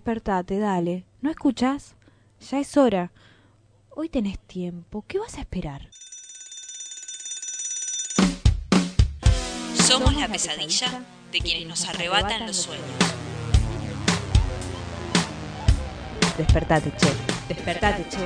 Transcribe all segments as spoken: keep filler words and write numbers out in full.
despertate, dale. ¿No escuchás? Ya es hora. Hoy tenés tiempo. ¿Qué vas a esperar? Somos la pesadilla de quienes nos arrebatan los sueños. Despertate, che. Despertate, che.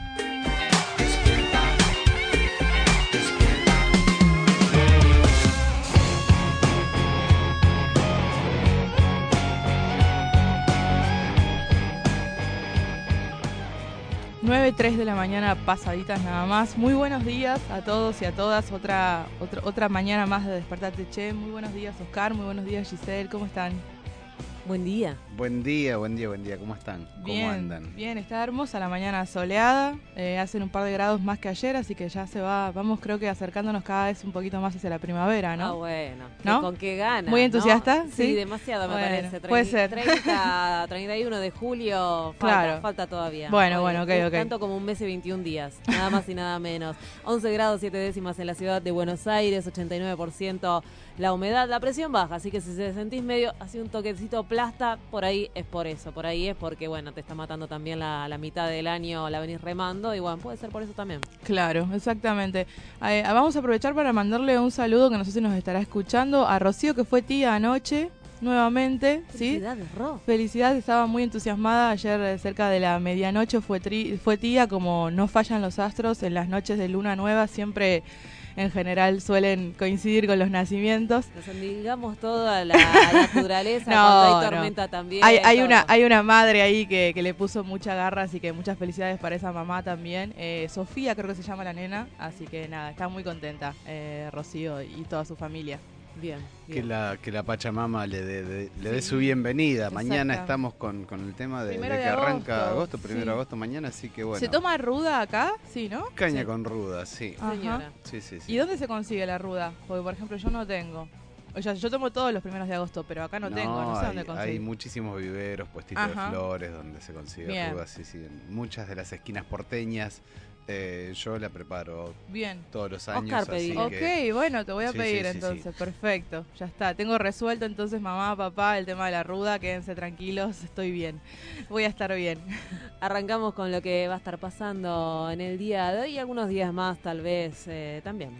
nueve tres de la mañana pasaditas nada más. Muy buenos días a todos y a todas. Otra, otra, otra mañana más de Despertate Che. Muy buenos días, Oscar. Muy buenos días, Giselle. ¿Cómo están? Buen día. Buen día, buen día, buen día. ¿Cómo están? ¿Cómo bien, andan? Bien, está hermosa la mañana soleada. Eh, hacen un par de grados más que ayer, así que ya se va. Vamos, creo que acercándonos cada vez un poquito más hacia la primavera, ¿no? Ah, bueno. ¿No? ¿Con qué ganas? ¿Muy entusiasta? ¿No? Sí, sí, demasiado me bueno, parece. treinta, puede ser. treinta, treinta y uno de julio, falta, Claro. falta todavía. Bueno, Oye, bueno, ok, ok. Tanto como un mes y veintiún días, nada más y nada menos. once grados, siete décimas en la ciudad de Buenos Aires, ochenta y nueve por ciento la humedad, la presión baja, así que si se sentís medio así un toquecito plasta, por ahí es por eso, por ahí es porque, bueno, te está matando también la, la mitad del año, la venís remando, y bueno, puede ser por eso también. Claro, exactamente. Eh, vamos a aprovechar para mandarle un saludo, que no sé si nos estará escuchando, a Rocío, que fue tía anoche, nuevamente. ¿Sí? Felicidades, Ro. Felicidades, estaba muy entusiasmada. Ayer, eh, cerca de la medianoche, fue, tri- fue tía. Como no fallan los astros, en las noches de luna nueva siempre, en general, suelen coincidir con los nacimientos. Nos endilgamos toda la naturaleza, No, cuando hay tormenta no. también. Hay, hay, todo. una, hay una madre ahí que, que le puso mucha garra, así que muchas felicidades para esa mamá también. Eh, Sofía creo que se llama la nena, así que nada, está muy contenta eh, Rocío y toda su familia. Bien, Que bien. la, que la Pachamama le dé de, le dé su bienvenida. Mañana Exacto. estamos con, con el tema de, de Primero que de arranca agosto, agosto, primero sí. de agosto mañana, así que bueno. ¿Se toma ruda acá? Sí, ¿no? Caña Sí. con ruda, sí. Ajá. Señora. Sí, sí, sí. ¿Y dónde se consigue la ruda? Porque, por ejemplo, yo no tengo. O sea, yo tomo todos los primeros de agosto, pero acá no, tengo, no sé hay, dónde conseguir. hay muchísimos viveros, puestitos Ajá. de flores donde se consigue Bien. ruda, sí, sí. En muchas de las esquinas porteñas eh, yo la preparo Bien. todos los años. Oscar, pedí. así Ok, que, bueno, te voy a Sí, pedir sí, sí, entonces, perfecto, ya está, tengo resuelto entonces mamá, papá, el tema de la ruda, quédense tranquilos, estoy bien, voy a estar bien. Arrancamos con lo que va a estar pasando en el día de hoy y algunos días más tal vez eh, también.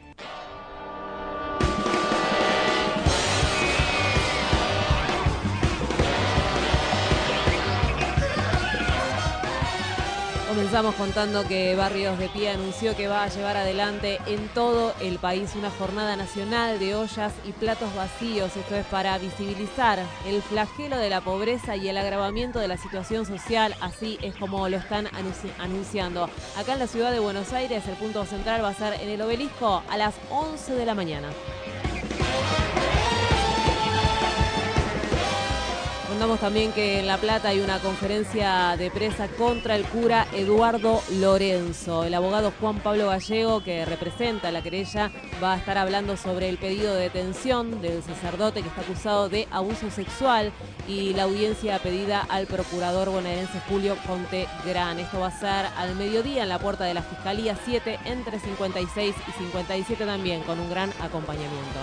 Comenzamos contando que Barrios de Pie anunció que va a llevar adelante en todo el país una jornada nacional de ollas y platos vacíos. Esto es para visibilizar el flagelo de la pobreza y el agravamiento de la situación social. Así es como lo están anunci- anunciando. Acá en la ciudad de Buenos Aires, el punto central va a ser en el Obelisco a las once de la mañana. Contamos también que en La Plata hay una conferencia de prensa contra el cura Eduardo Lorenzo. El abogado Juan Pablo Gallego, que representa la querella, va a estar hablando sobre el pedido de detención del sacerdote que está acusado de abuso sexual y la audiencia pedida al procurador bonaerense Julio Contegrán. Esto va a ser al mediodía en la puerta de la Fiscalía siete, entre cincuenta y seis y cincuenta y siete también, con un gran acompañamiento.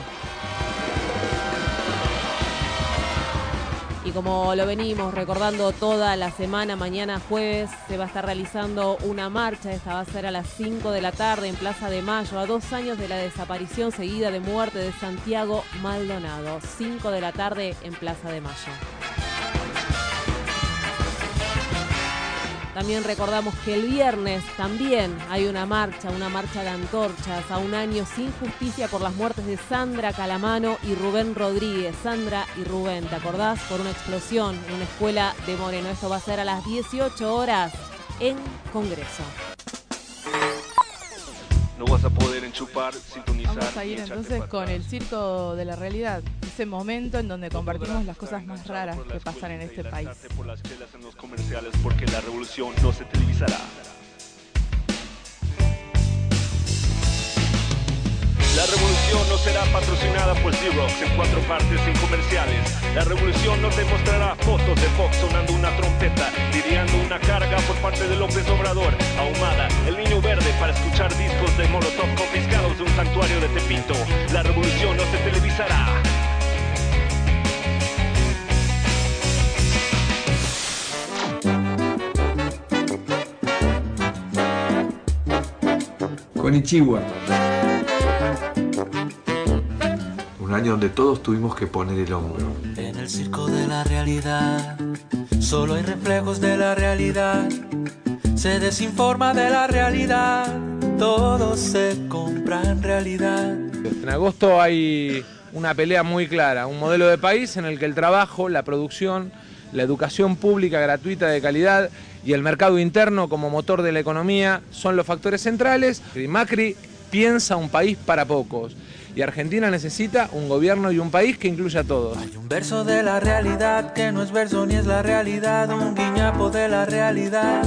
Y como lo venimos recordando toda la semana, mañana jueves se va a estar realizando una marcha. Esta va a ser a las cinco de la tarde en Plaza de Mayo, a dos años de la desaparición seguida de muerte de Santiago Maldonado. cinco de la tarde en Plaza de Mayo. También recordamos que el viernes también hay una marcha, una marcha de antorchas a un año sin justicia por las muertes de Sandra Calamano y Rubén Rodríguez. Sandra y Rubén, ¿te acordás? Por una explosión en una escuela de Moreno. Esto va a ser a las dieciocho horas en Congreso. No vas a poder enchufar, sintonizar. Vamos a ir ni echarte entonces para con atrás. el circo de la realidad, ese momento en donde No compartimos podrás las cosas estar más enganchado raras por la que pasan en escuelita este y país. lanzarte por las chelas en los comerciales, porque la revolución no se televisará. La revolución no será patrocinada por Xerox en cuatro partes sin comerciales. La revolución no te mostrará fotos de Fox sonando una trompeta, lidiando una carga por parte de López Obrador, ahumada, el niño verde para escuchar discos de Molotov confiscados de un santuario de Tepito. La revolución no se televisará. Konnichiwa. Un año donde todos tuvimos que poner el hombro. En el circo de la realidad, solo hay reflejos de la realidad. Se desinforma de la realidad, todo se compra en realidad. En agosto hay una pelea muy clara, un modelo de país en el que el trabajo, la producción, la educación pública gratuita de calidad y el mercado interno como motor de la economía son los factores centrales. Macri piensa un país para pocos y Argentina necesita un gobierno y un país que incluya a todos. Hay un verso de la realidad que no es verso ni es la realidad, un guiñapo de la realidad.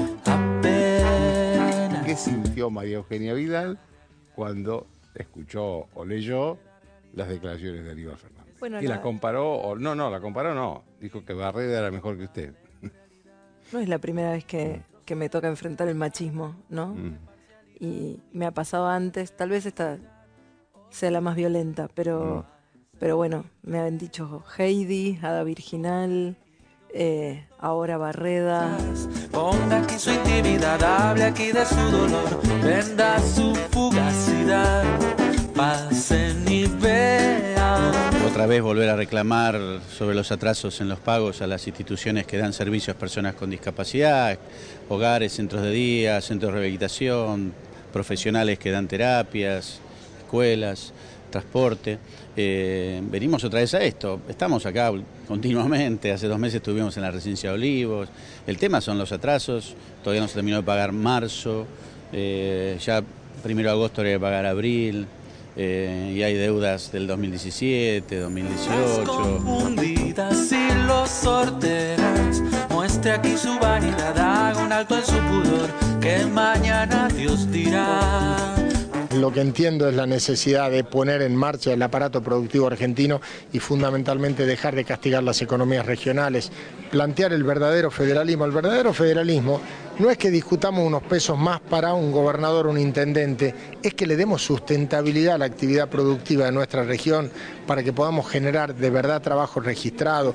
Apenas. ¿Qué sintió María Eugenia Vidal cuando escuchó o leyó las declaraciones de Aníbal Fernández? Bueno, y la... la comparó, o no, no, la comparó no, dijo que Barreda era mejor que usted. No es la primera vez que, que me toca enfrentar el machismo, ¿no? Mm. Y me ha pasado antes, tal vez esta sea la más violenta, pero, mm. pero bueno, me han dicho Heidi, Hada Virginal, eh, ahora Barreda. Ponga aquí su intimidad, hable aquí de su dolor, venda su fugacidad, pasen y vean. Otra vez volver a reclamar sobre los atrasos en los pagos a las instituciones que dan servicios a personas con discapacidad, hogares, centros de día, centros de rehabilitación, profesionales que dan terapias, escuelas, transporte. Eh, venimos otra vez a esto, estamos acá continuamente, hace dos meses estuvimos en la residencia de Olivos, el tema son los atrasos, todavía no se terminó de pagar marzo, eh, ya primero de agosto habría que pagar abril, eh, y hay deudas del dos mil diecisiete, dos mil dieciocho. Confundidas y los sorteras, muestre aquí su vanidad, haga un alto en su pudor, que mañana Dios dirá. Lo que entiendo es la necesidad de poner en marcha el aparato productivo argentino y fundamentalmente dejar de castigar las economías regionales, plantear el verdadero federalismo. El verdadero federalismo no es que discutamos unos pesos más para un gobernador o un intendente, es que le demos sustentabilidad a la actividad productiva de nuestra región para que podamos generar de verdad trabajo registrado.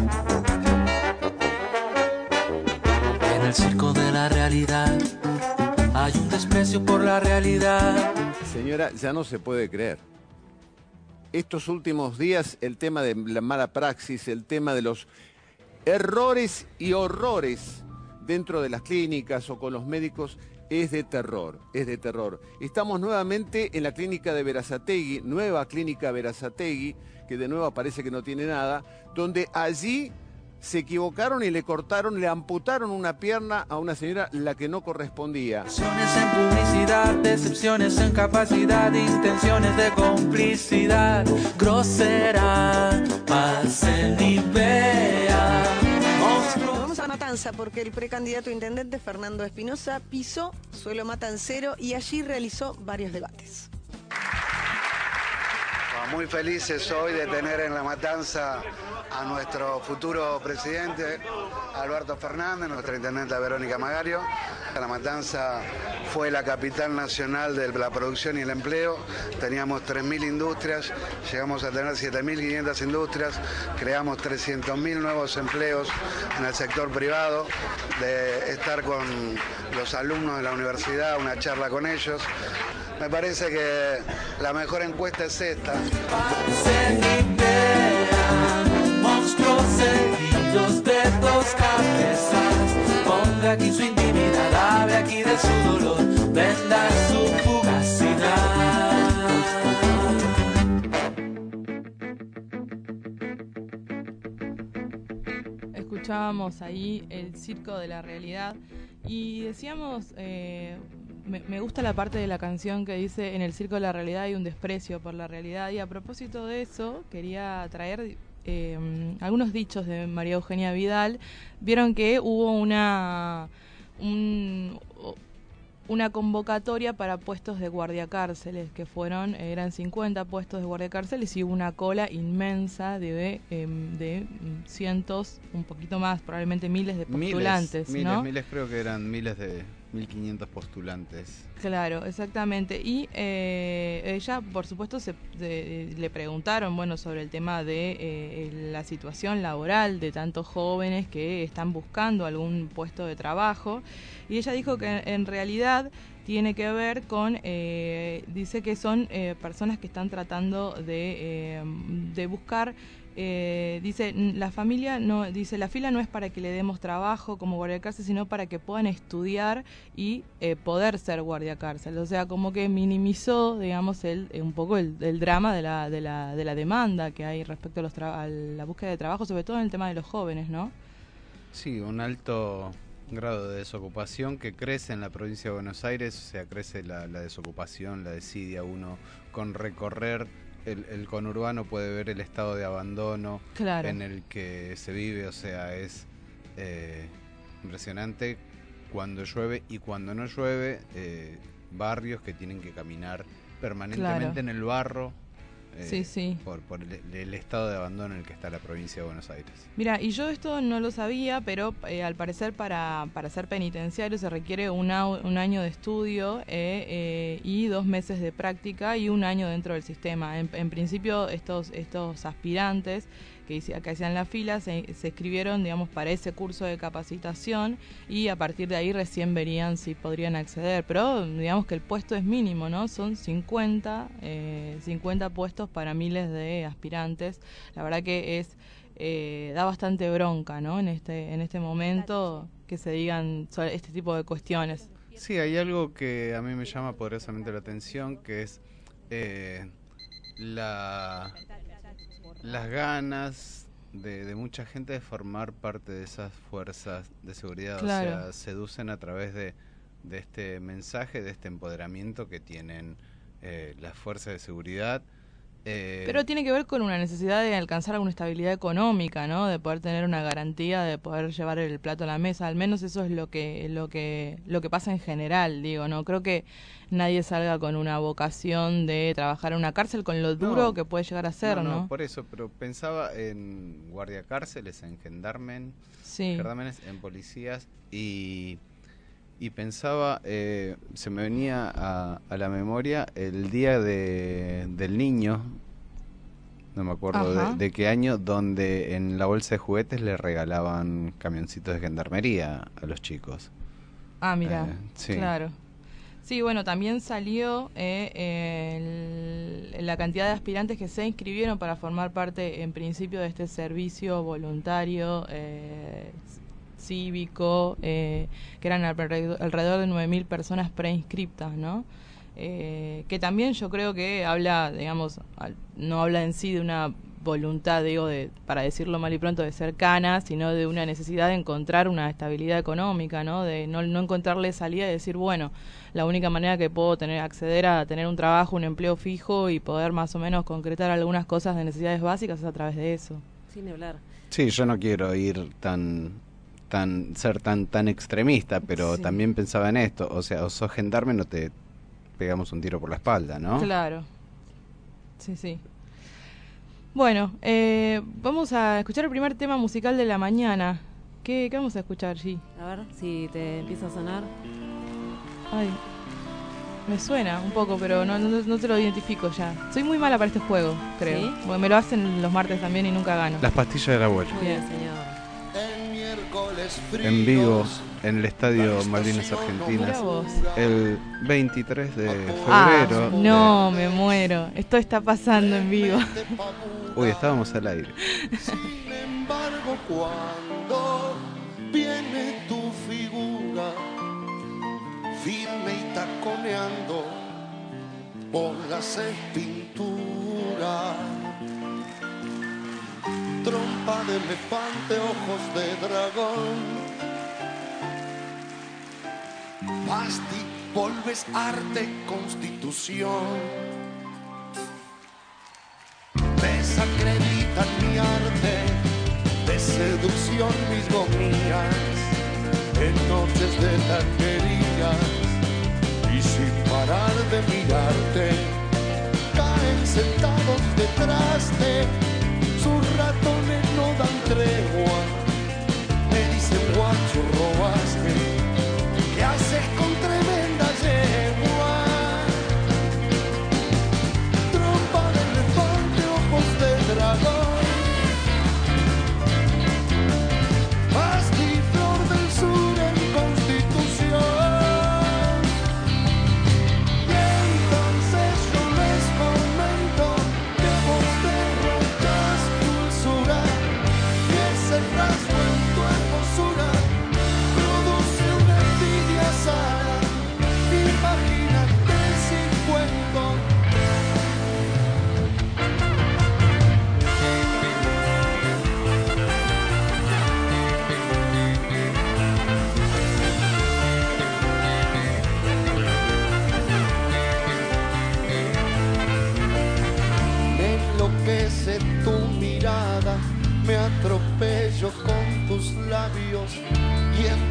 En el circo de la realidad hay un desprecio por la realidad. Señora, ya no se puede creer. Estos últimos días, el tema de la mala praxis, el tema de los errores y horrores dentro de las clínicas o con los médicos, es de terror, es de terror. Estamos nuevamente en la clínica de Berazategui, nueva clínica Berazategui, que de nuevo parece que no tiene nada, donde allí se equivocaron y le cortaron, le amputaron una pierna a una señora la que no correspondía. Decepciones en publicidad, decepciones en capacidad, intenciones de complicidad, grosera, pasen y vean. Monstruos. Vamos a Matanza porque el precandidato a intendente Fernando Espinosa pisó suelo matancero y allí realizó varios debates. Muy felices hoy de tener en La Matanza a nuestro futuro presidente, Alberto Fernández, nuestra intendenta Verónica Magario. La Matanza fue la capital nacional de la producción y el empleo. Teníamos tres mil industrias, llegamos a tener siete mil quinientas industrias, creamos trescientos mil nuevos empleos en el sector privado, de estar con los alumnos de la universidad, una charla con ellos. Me parece que la mejor encuesta es esta. Monstruos seguidos de dos cabezas, ponga aquí su intimidad, hable aquí de su dolor, venda su fugacidad. Escuchábamos ahí el circo de la realidad y decíamos... Eh, Me, me gusta la parte de la canción que dice en el circo de la realidad hay un desprecio por la realidad, y a propósito de eso quería traer eh, algunos dichos de María Eugenia Vidal. Vieron que hubo una un, una convocatoria para puestos de guardiacárceles, que fueron, eran cincuenta puestos de guardiacárceles y hubo una cola inmensa de, eh, de cientos, un poquito más, probablemente miles de postulantes, miles, ¿no? Miles, miles, creo que eran miles de... mil quinientos postulantes. Claro, exactamente. Y eh, ella, por supuesto, se, de, le preguntaron, bueno, sobre el tema de eh, la situación laboral de tantos jóvenes que están buscando algún puesto de trabajo. Y ella dijo que en realidad tiene que ver con, eh, dice que son eh, personas que están tratando de, eh, de buscar. Eh, dice la familia no dice la fila no es para que le demos trabajo como guardia cárcel, sino para que puedan estudiar y eh, poder ser guardia cárcel. O sea, como que minimizó, digamos, el eh, un poco el, el drama de la, de la de la demanda que hay respecto a, los tra- a la búsqueda de trabajo, sobre todo en el tema de los jóvenes, ¿no? Sí, un alto grado de desocupación que crece en la provincia de Buenos Aires. O sea, crece la, la desocupación, la desidia. Uno con recorrer El, el conurbano puede ver el estado de abandono claro. en el que se vive. O sea, es eh, impresionante cuando llueve y cuando no llueve, eh, barrios que tienen que caminar permanentemente claro. en el barro. Eh, sí, sí. Por, por el, el estado de abandono en el que está la provincia de Buenos Aires. Mira, y yo esto no lo sabía, pero eh, al parecer para, para ser penitenciario se requiere una, un año de estudio eh, eh, y dos meses de práctica y un año dentro del sistema. En, en principio estos, estos aspirantes que, que hacían la fila se, se inscribieron, digamos, para ese curso de capacitación y a partir de ahí recién verían si podrían acceder. Pero digamos que el puesto es mínimo, ¿no? Son cincuenta, eh, cincuenta puestos para miles de aspirantes. La verdad que es eh, da bastante bronca, ¿no? En este en este momento que se digan este tipo de cuestiones. Sí, hay algo que a mí me llama poderosamente la atención, que es eh, la las ganas de, de mucha gente de formar parte de esas fuerzas de seguridad. Claro. O sea, seducen a través de, de este mensaje, de este empoderamiento que tienen eh, las fuerzas de seguridad. Eh, Pero tiene que ver con una necesidad de alcanzar alguna estabilidad económica, ¿no? De poder tener una garantía de poder llevar el plato a la mesa. Al menos eso es lo que lo que lo que pasa en general, digo, no creo que nadie salga con una vocación de trabajar en una cárcel con lo duro no, que puede llegar a ser, no, ¿no? no, por eso, pero pensaba en guardia cárceles, en gendarmen, sí. gendarmes, en policías y y pensaba, eh, se me venía a, a la memoria el día de, del niño, no me acuerdo de, de qué año, donde en la bolsa de juguetes le regalaban camioncitos de gendarmería a los chicos. Ah, mira, eh, sí. claro. Sí, bueno, también salió eh, el, la cantidad de aspirantes que se inscribieron para formar parte, en principio, de este servicio voluntario eh, cívico, eh, que eran alrededor, alrededor de nueve mil personas preinscriptas, ¿no? Eh, que también yo creo que habla, digamos, no habla en sí de una voluntad, digo, de, para decirlo mal y pronto, de cercana, sino de una necesidad de encontrar una estabilidad económica, ¿no? De no, no encontrarle salida y decir, bueno, la única manera que puedo tener acceder a tener un trabajo, un empleo fijo y poder más o menos concretar algunas cosas de necesidades básicas es a través de eso. Sin hablar. Sí, yo no quiero ir tan... tan ser tan tan extremista, pero sí. También pensaba en esto, o sea, o sos gendarme, no te pegamos un tiro por la espalda, ¿no? Claro, sí, sí. Bueno, eh, vamos a escuchar el primer tema musical de la mañana. ¿Qué, qué vamos a escuchar, G? A ver si te empieza a sonar. Ay, me suena un poco, pero no, no, no te lo identifico ya. Soy muy mala para este juego, creo. ¿Sí? Porque me lo hacen los martes también y nunca gano. Las pastillas del abuelo. Muy bien, señor. En vivo en el Estadio Malvinas Argentinas el veintitrés de febrero. Ah, no, me muero. Esto está pasando en vivo. Uy, estábamos al aire. Sin embargo, cuando viene tu figura firme y taconeando bolas en pintura, trompa de elefante, ojos de dragón, basti, volves arte, constitución, desacreditan mi arte de seducción, mis gomillas en noches de taquerías, y sin parar de mirarte caen sentados detrás de sus ratones, no dan tregua. Me dicen, guacho, robaste. ¿Qué haces con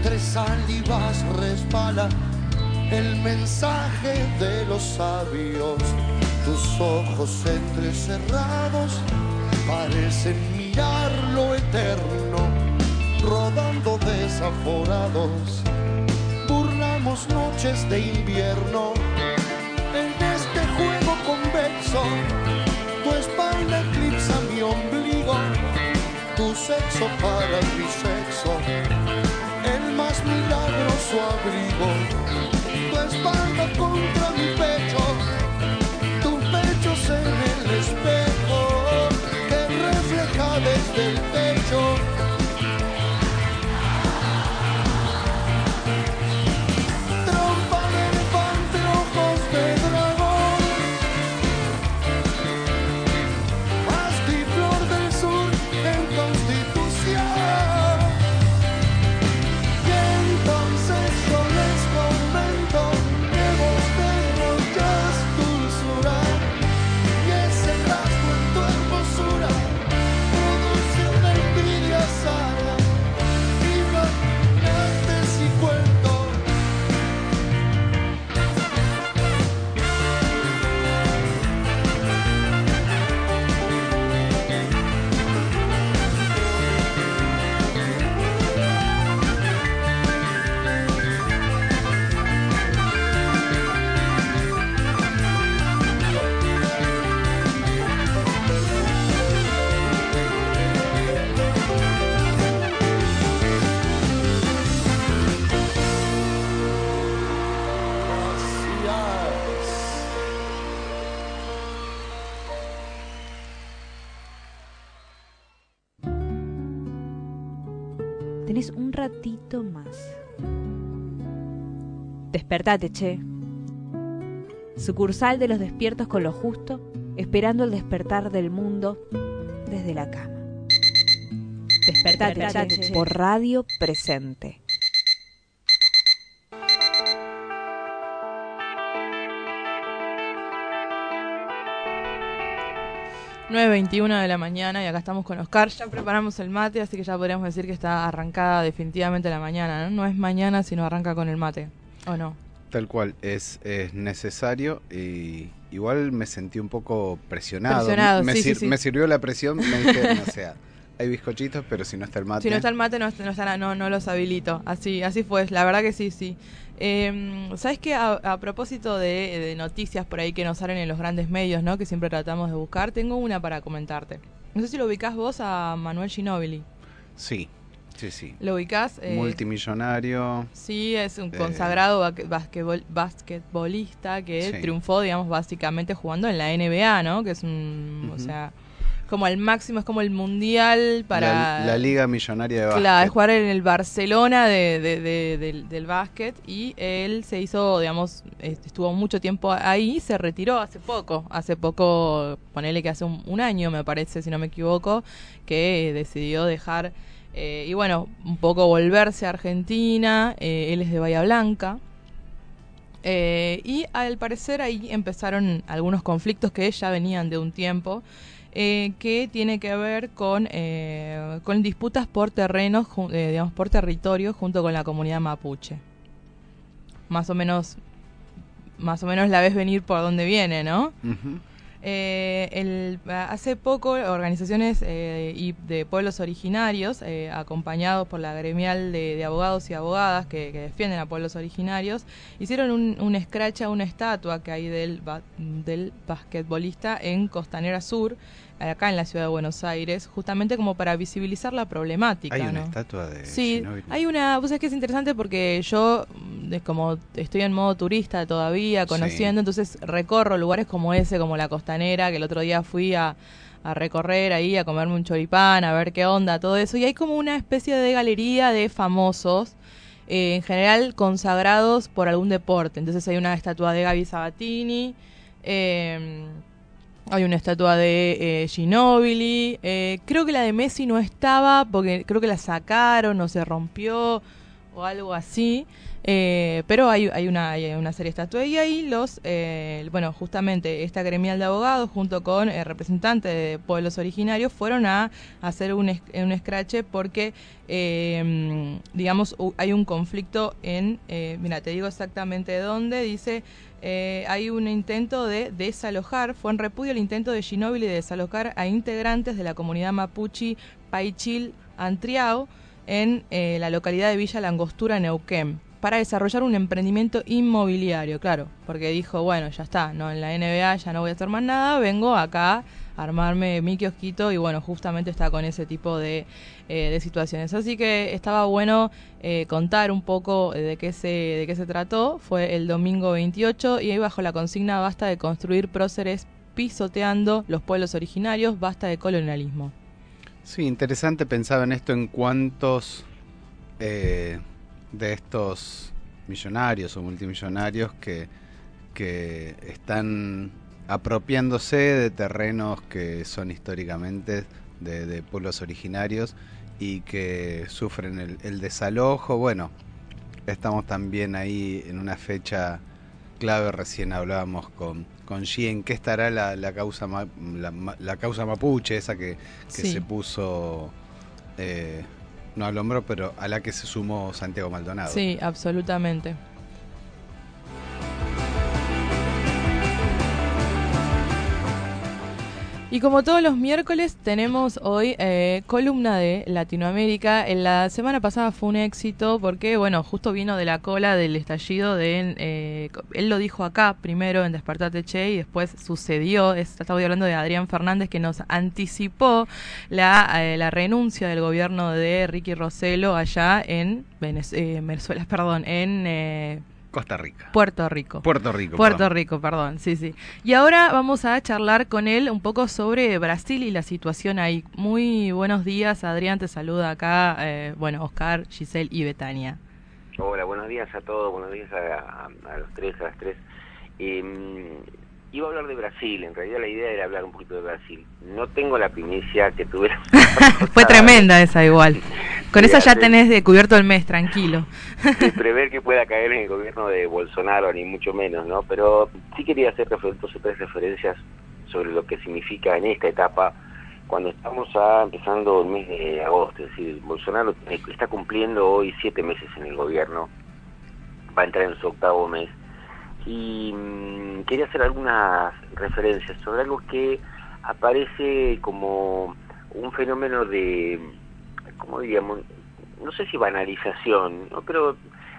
entre sálivas resbala el mensaje de los sabios. Tus ojos entrecerrados parecen mirar lo eterno, rodando desaforados. Burlamos noches de invierno en este juego convexo. Tu espalda eclipsa mi ombligo, tu sexo para mi sexo, el más milagroso abrigo. Tu espalda contra mi pecho, tu pecho en el espejo que refleja desde el techo. Trompa de elefante, ojos de dragón, hasta y flor del sur en Constitución. Y entonces yo les comento que vos derrochas dulzura, y ese rasgo en tu hermosura produce una envidia sana. Viva antes y cuento. Tenés un ratito más. Despertate, che. Sucursal de los despiertos con lo justo, esperando el despertar del mundo desde la cama. Despertate, Despertate che. Por Radio Presente. nueve veintiuno de la mañana y acá estamos con Oscar. Ya preparamos el mate, así que ya podríamos decir que está arrancada definitivamente la mañana, ¿no? No es mañana, sino arranca con el mate, ¿o no? Tal cual, es, es necesario y igual me sentí un poco presionado. Presionado, me, sí, sir- sí, sí. me sirvió la presión, me dijeron, o sea, hay bizcochitos, pero si no está el mate... Si no está el mate, no, no, está, no, no los habilito. Así así fue, la verdad que sí, sí. Eh, ¿Sabes qué? A, a propósito de, de noticias por ahí que nos salen en los grandes medios, ¿no? Que siempre tratamos de buscar, tengo una para comentarte. No sé si lo ubicás vos a Manuel Ginóbili. Sí, sí, sí. ¿Lo ubicás? Eh, Multimillonario. Sí, es un eh, consagrado ba- basquetbol- basquetbolista que Sí. triunfó, digamos, básicamente jugando en la N B A, ¿no? Que es un, Ujú. o sea, como el máximo, es como el mundial para... La, la Liga Millonaria de Básquet. Claro, es jugar en el Barcelona de, de- de- del, del básquet, y él se hizo, digamos, este, estuvo mucho tiempo ahí, se retiró hace poco, hace poco, ponele que hace un, un año me parece, si no me equivoco, que eh, decidió dejar, eh, y bueno, un poco volverse a Argentina. Eh, él es de Bahía Blanca. Eh, y al parecer ahí empezaron algunos conflictos que ya venían de un tiempo, eh, que tiene que ver con, eh, con disputas por terrenos, ju- eh, digamos, por territorio junto con la comunidad mapuche. Más o menos, más o menos la ves venir por dónde viene, ¿no? Ujú. Eh, el, hace poco organizaciones eh, y de pueblos originarios, eh, acompañados por la gremial de, de abogados y abogadas que, que defienden a pueblos originarios, hicieron un, un scratch a una estatua que hay del, ba- del basquetbolista en Costanera Sur, acá en la ciudad de Buenos Aires, justamente como para visibilizar la problemática. Hay una ¿no? estatua de Sí, Ginóbili. hay una, vos sabés que es interesante porque yo, mm, es como estoy en modo turista todavía, conociendo, entonces recorro lugares como ese, como la Costanera, que el otro día fui a, a recorrer ahí, a comerme un choripán, a ver qué onda, todo eso, y hay como una especie de galería de famosos, eh, en general consagrados por algún deporte. Entonces hay una estatua de Gaby Sabatini, eh, hay una estatua de eh, Ginóbili, eh, creo que la de Messi no estaba porque creo que la sacaron o se rompió o algo así, eh, pero hay, hay, una, hay una serie de estatuas y ahí los, eh, bueno, justamente esta gremial de abogados junto con eh, representantes de pueblos originarios fueron a hacer un, es, un escrache porque, eh, digamos, hay un conflicto en, eh, mira, te digo exactamente dónde, dice... Eh, hay un intento de desalojar, fue en repudio el intento de Ginóbili de desalojar a integrantes de la comunidad mapuche Paichil Antriao en eh, la localidad de Villa Langostura, Neuquén, para desarrollar un emprendimiento inmobiliario, claro, porque dijo, bueno, ya está, no en la N B A ya no voy a hacer más nada, vengo acá a armarme mi kiosquito y bueno, justamente está con ese tipo de, eh, de situaciones. Así que estaba bueno eh, contar un poco de qué se de qué se trató. Fue el domingo veintiocho y ahí bajo la consigna basta de construir próceres pisoteando los pueblos originarios, basta de colonialismo. Sí, interesante, pensaba en esto, en cuántos eh, de estos millonarios o multimillonarios que, que están apropiándose de terrenos que son históricamente de, de pueblos originarios y que sufren el, el desalojo. Bueno, estamos también ahí en una fecha clave, recién hablábamos con, con Gi, en qué estará la, la, causa, ma, la, la causa mapuche, esa que, que sí. se puso, eh, no al hombro, pero a la que se sumó Santiago Maldonado. Sí, absolutamente. Y como todos los miércoles tenemos hoy eh, columna de Latinoamérica. En la semana pasada fue un éxito porque, bueno, justo vino de la cola del estallido de... Eh, él lo dijo acá primero en Despertate Che y después sucedió. Estaba hablando de Adrián Fernández que nos anticipó la, eh, la renuncia del gobierno de Ricky Rosselló allá en Venezuela, eh, Venezuela perdón, en... Eh, Costa Rica. Puerto Rico. Puerto Rico. Puerto perdón. Rico, perdón, sí, sí. Y ahora vamos a charlar con él un poco sobre Brasil y la situación ahí. Muy buenos días, Adrián, te saluda acá, eh, bueno, Oscar, Giselle y Betania. Hola, buenos días a todos, buenos días a, a, a los tres, a las tres. Eh, iba a hablar de Brasil, en realidad la idea era hablar un poquito de Brasil. No tengo la primicia que tuve. Fue tremenda esa igual. Con esa ya tenés de cubierto el mes, tranquilo. De prever que pueda caer en el gobierno de Bolsonaro, ni mucho menos, ¿no? Pero sí quería hacer dos o tres referencias sobre lo que significa en esta etapa, cuando estamos a, empezando el mes de agosto. Es decir, Bolsonaro está cumpliendo hoy siete meses en el gobierno, va a entrar en su octavo mes. Y mmm, quería hacer algunas referencias sobre algo que aparece como un fenómeno de, ¿cómo diríamos? No sé si banalización, ¿no? Pero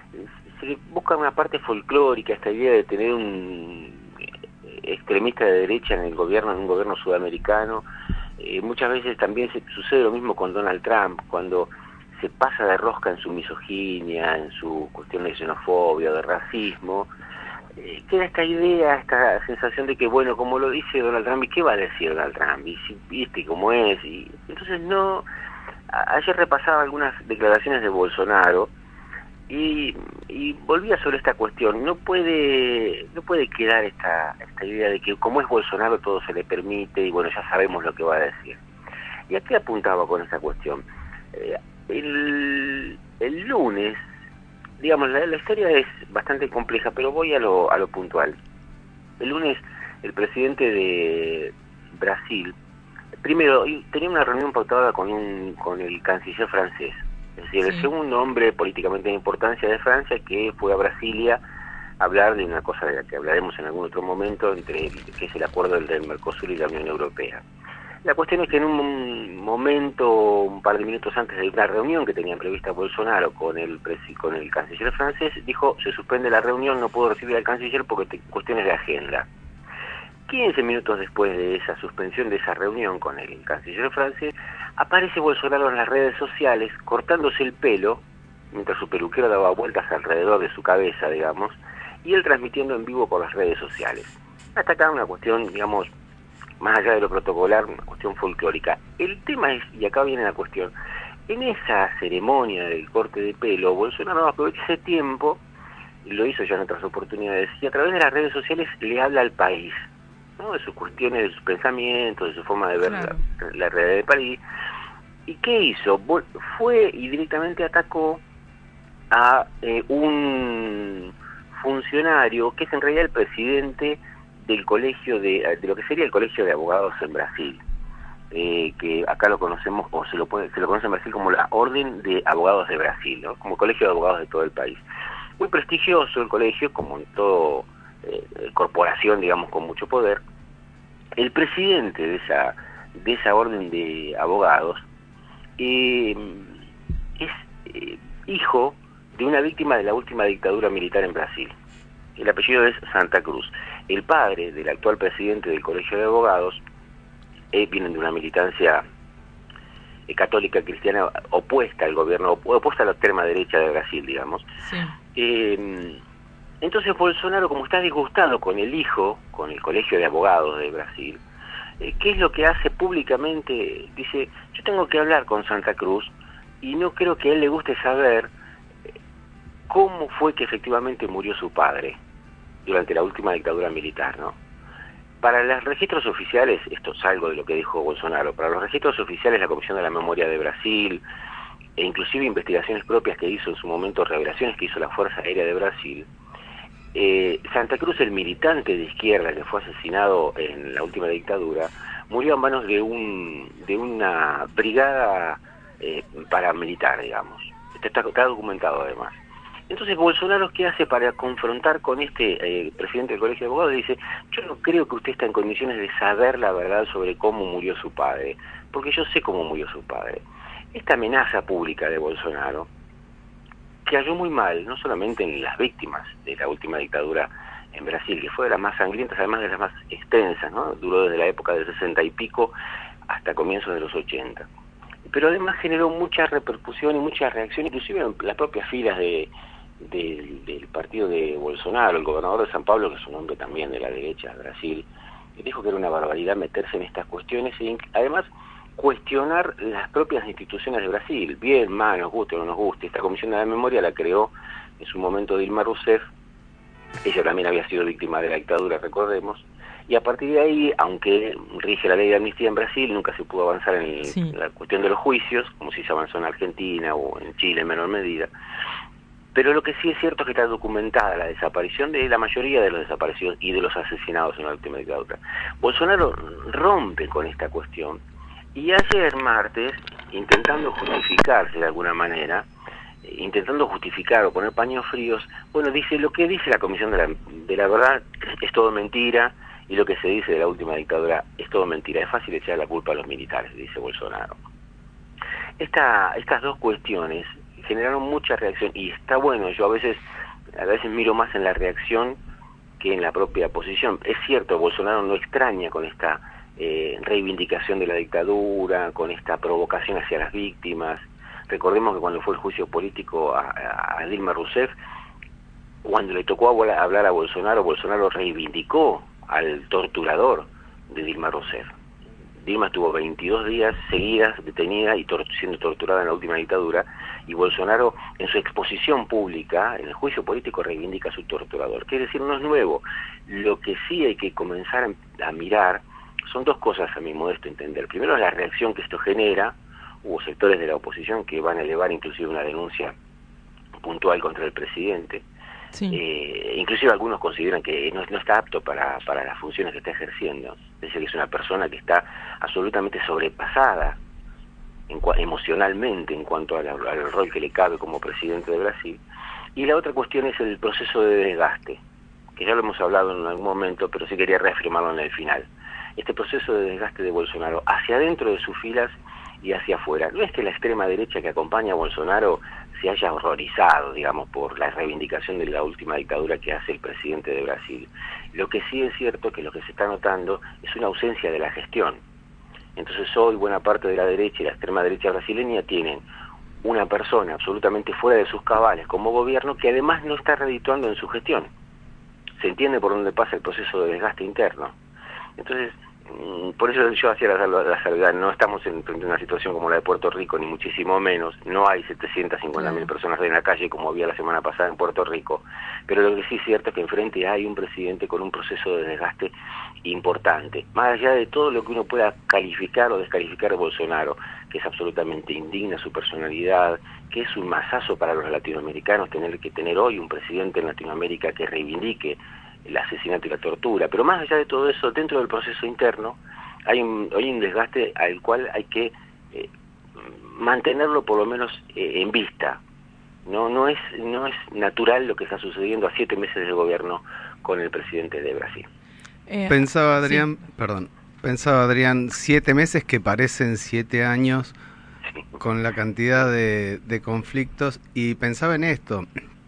se busca una parte folclórica, esta idea de tener un extremista de derecha en el gobierno, en un gobierno sudamericano. Eh, muchas veces también se, sucede lo mismo con Donald Trump, cuando se pasa de rosca en su misoginia, en su cuestión de xenofobia, de racismo. Eh, queda esta idea, esta sensación de que, bueno, como lo dice Donald Trump, ¿y qué va a decir Donald Trump? Y si viste cómo es. Y entonces no... A, ayer repasaba algunas declaraciones de Bolsonaro y, y volvía sobre esta cuestión. No puede no puede quedar esta, esta idea de que como es Bolsonaro todo se le permite y bueno, ya sabemos lo que va a decir. ¿Y a qué apuntaba con esta cuestión? Eh, el, el lunes... Digamos, la, la historia es bastante compleja, pero voy a lo, a lo puntual. El lunes, el presidente de Brasil, primero, tenía una reunión pautada con un con el canciller francés, es decir, sí. el segundo hombre políticamente de importancia de Francia, que fue a Brasilia a hablar de una cosa de la que hablaremos en algún otro momento, entre que es el acuerdo entre el Mercosur y la Unión Europea. La cuestión es que en un momento, un par de minutos antes de una reunión que tenían prevista Bolsonaro con el con el canciller francés, dijo, se suspende la reunión, no puedo recibir al canciller porque te, cuestiones de agenda. quince minutos después de esa suspensión de esa reunión con el canciller francés, aparece Bolsonaro en las redes sociales cortándose el pelo, mientras su peluquero daba vueltas alrededor de su cabeza, digamos, y él transmitiendo en vivo por las redes sociales. Hasta acá una cuestión, digamos, más allá de lo protocolar, una cuestión folclórica. El tema es, y acá viene la cuestión, en esa ceremonia del corte de pelo, Bolsonaro aprovecha ese tiempo, y lo hizo ya en otras oportunidades, y a través de las redes sociales le habla al país, ¿no? De sus cuestiones, de sus pensamientos, de su forma de ver claro. la, la realidad de París. ¿Y qué hizo? Fue y directamente atacó a eh, un funcionario que es en realidad el presidente del colegio de, de lo que sería el colegio de abogados en Brasil, eh, que acá lo conocemos, o se lo puede, se lo conoce en Brasil como la Orden de Abogados de Brasil, ¿no? Como colegio de abogados de todo el país. Muy prestigioso el colegio, como en todo eh, corporación, digamos, con mucho poder. El presidente de esa, de esa orden de abogados eh, es eh, hijo de una víctima de la última dictadura militar en Brasil. El apellido es Santa Cruz. El padre del actual presidente del Colegio de Abogados eh, vienen de una militancia eh, católica cristiana opuesta al gobierno, opuesta a la extrema derecha de Brasil, digamos. Sí. Eh, entonces Bolsonaro, como está disgustado con el hijo, con el Colegio de Abogados de Brasil, eh, ¿qué es lo que hace públicamente? Dice, yo tengo que hablar con Santa Cruz y no creo que a él le guste saber cómo fue que efectivamente murió su padre durante la última dictadura militar, ¿no? Para los registros oficiales, esto es algo de lo que dijo Bolsonaro, para los registros oficiales la Comisión de la Memoria de Brasil, e inclusive investigaciones propias que hizo en su momento, revelaciones que hizo la Fuerza Aérea de Brasil, eh, Santa Cruz, el militante de izquierda que fue asesinado en la última dictadura, murió a manos de un de una brigada eh, paramilitar, digamos. Esto está, está documentado además. Entonces Bolsonaro, ¿qué hace para confrontar con este eh, presidente del Colegio de Abogados? Dice, yo no creo que usted está en condiciones de saber la verdad sobre cómo murió su padre, porque yo sé cómo murió su padre. Esta amenaza pública de Bolsonaro cayó muy mal, no solamente en las víctimas de la última dictadura en Brasil, que fue de las más sangrientas, además de las más extensas, ¿no? Duró desde la época del sesenta y pico hasta comienzos de los ochenta. Pero además generó mucha repercusión y mucha reacción, inclusive en las propias filas de, de, del partido de Bolsonaro. El gobernador de San Pablo, que es un hombre también de la derecha de Brasil, dijo que era una barbaridad meterse en estas cuestiones y además cuestionar las propias instituciones de Brasil. Bien, mal, nos guste o no nos guste. Esta Comisión de la Memoria la creó en su momento Dilma Rousseff. Ella también había sido víctima de la dictadura, recordemos. Y a partir de ahí, aunque rige la ley de amnistía en Brasil, nunca se pudo avanzar en, el, sí. en la cuestión de los juicios, como si se avanzó en Argentina o en Chile en menor medida. Pero lo que sí es cierto es que está documentada la desaparición de la mayoría de los desaparecidos y de los asesinados en la última dictadura. Bolsonaro rompe con esta cuestión y ayer martes, intentando justificarse de alguna manera, intentando justificar o poner paños fríos, bueno, dice lo que dice la Comisión de la, de la Verdad es todo mentira, y lo que se dice de la última dictadura es todo mentira. Es fácil echar la culpa a los militares, dice Bolsonaro. Esta, estas dos cuestiones generaron mucha reacción, y está bueno, yo a veces, a veces miro más en la reacción que en la propia posición. Es cierto, Bolsonaro no extraña con esta eh, reivindicación de la dictadura, con esta provocación hacia las víctimas. Recordemos que cuando fue el juicio político a, a Dilma Rousseff, cuando le tocó hablar a Bolsonaro, Bolsonaro reivindicó al torturador de Dilma Rousseff. Dilma estuvo veintidós días seguidas detenida y tor siendo torturada en la última dictadura, y Bolsonaro en su exposición pública, en el juicio político, reivindica a su torturador. Quiere decir, no es nuevo. Lo que sí hay que comenzar a, a mirar son dos cosas, a mi modesto entender. Primero, la reacción que esto genera. Hubo sectores de la oposición que van a elevar inclusive una denuncia puntual contra el presidente. Sí. Eh, inclusive algunos consideran que no, no está apto para, para las funciones que está ejerciendo. Es decir, que es una persona que está absolutamente sobrepasada en, emocionalmente en cuanto a la, al rol que le cabe como presidente de Brasil. Y la otra cuestión es el proceso de desgaste, que ya lo hemos hablado en algún momento, pero sí quería reafirmarlo en el final. Este proceso de desgaste de Bolsonaro hacia adentro de sus filas y hacia afuera. No es que la extrema derecha que acompaña a Bolsonaro se haya horrorizado, digamos, por la reivindicación de la última dictadura que hace el presidente de Brasil. Lo que sí es cierto es que lo que se está notando es una ausencia de la gestión. Entonces hoy buena parte de la derecha y la extrema derecha brasileña tienen una persona absolutamente fuera de sus cabales como gobierno, que además no está redituando en su gestión. Se entiende por dónde pasa el proceso de desgaste interno. Entonces, Por eso yo hacía la, la salvedad, no estamos en, en una situación como la de Puerto Rico, ni muchísimo menos, no hay setecientas cincuenta mil personas en la calle como había la semana pasada en Puerto Rico, pero lo que sí es cierto es que enfrente hay un presidente con un proceso de desgaste importante, más allá de todo lo que uno pueda calificar o descalificar de Bolsonaro, que es absolutamente indigna su personalidad, que es un masazo para los latinoamericanos tener que tener hoy un presidente en Latinoamérica que reivindique el asesinato y la tortura, pero más allá de todo eso, dentro del proceso interno hay un, hay un desgaste al cual hay que eh, mantenerlo por lo menos eh, en vista. No, no es, no es natural lo que está sucediendo a siete meses del gobierno con el presidente de Brasil. Eh, pensaba Adrián, sí. perdón, pensaba Adrián, siete meses que parecen siete años sí. con la cantidad de, de conflictos, y pensaba en esto.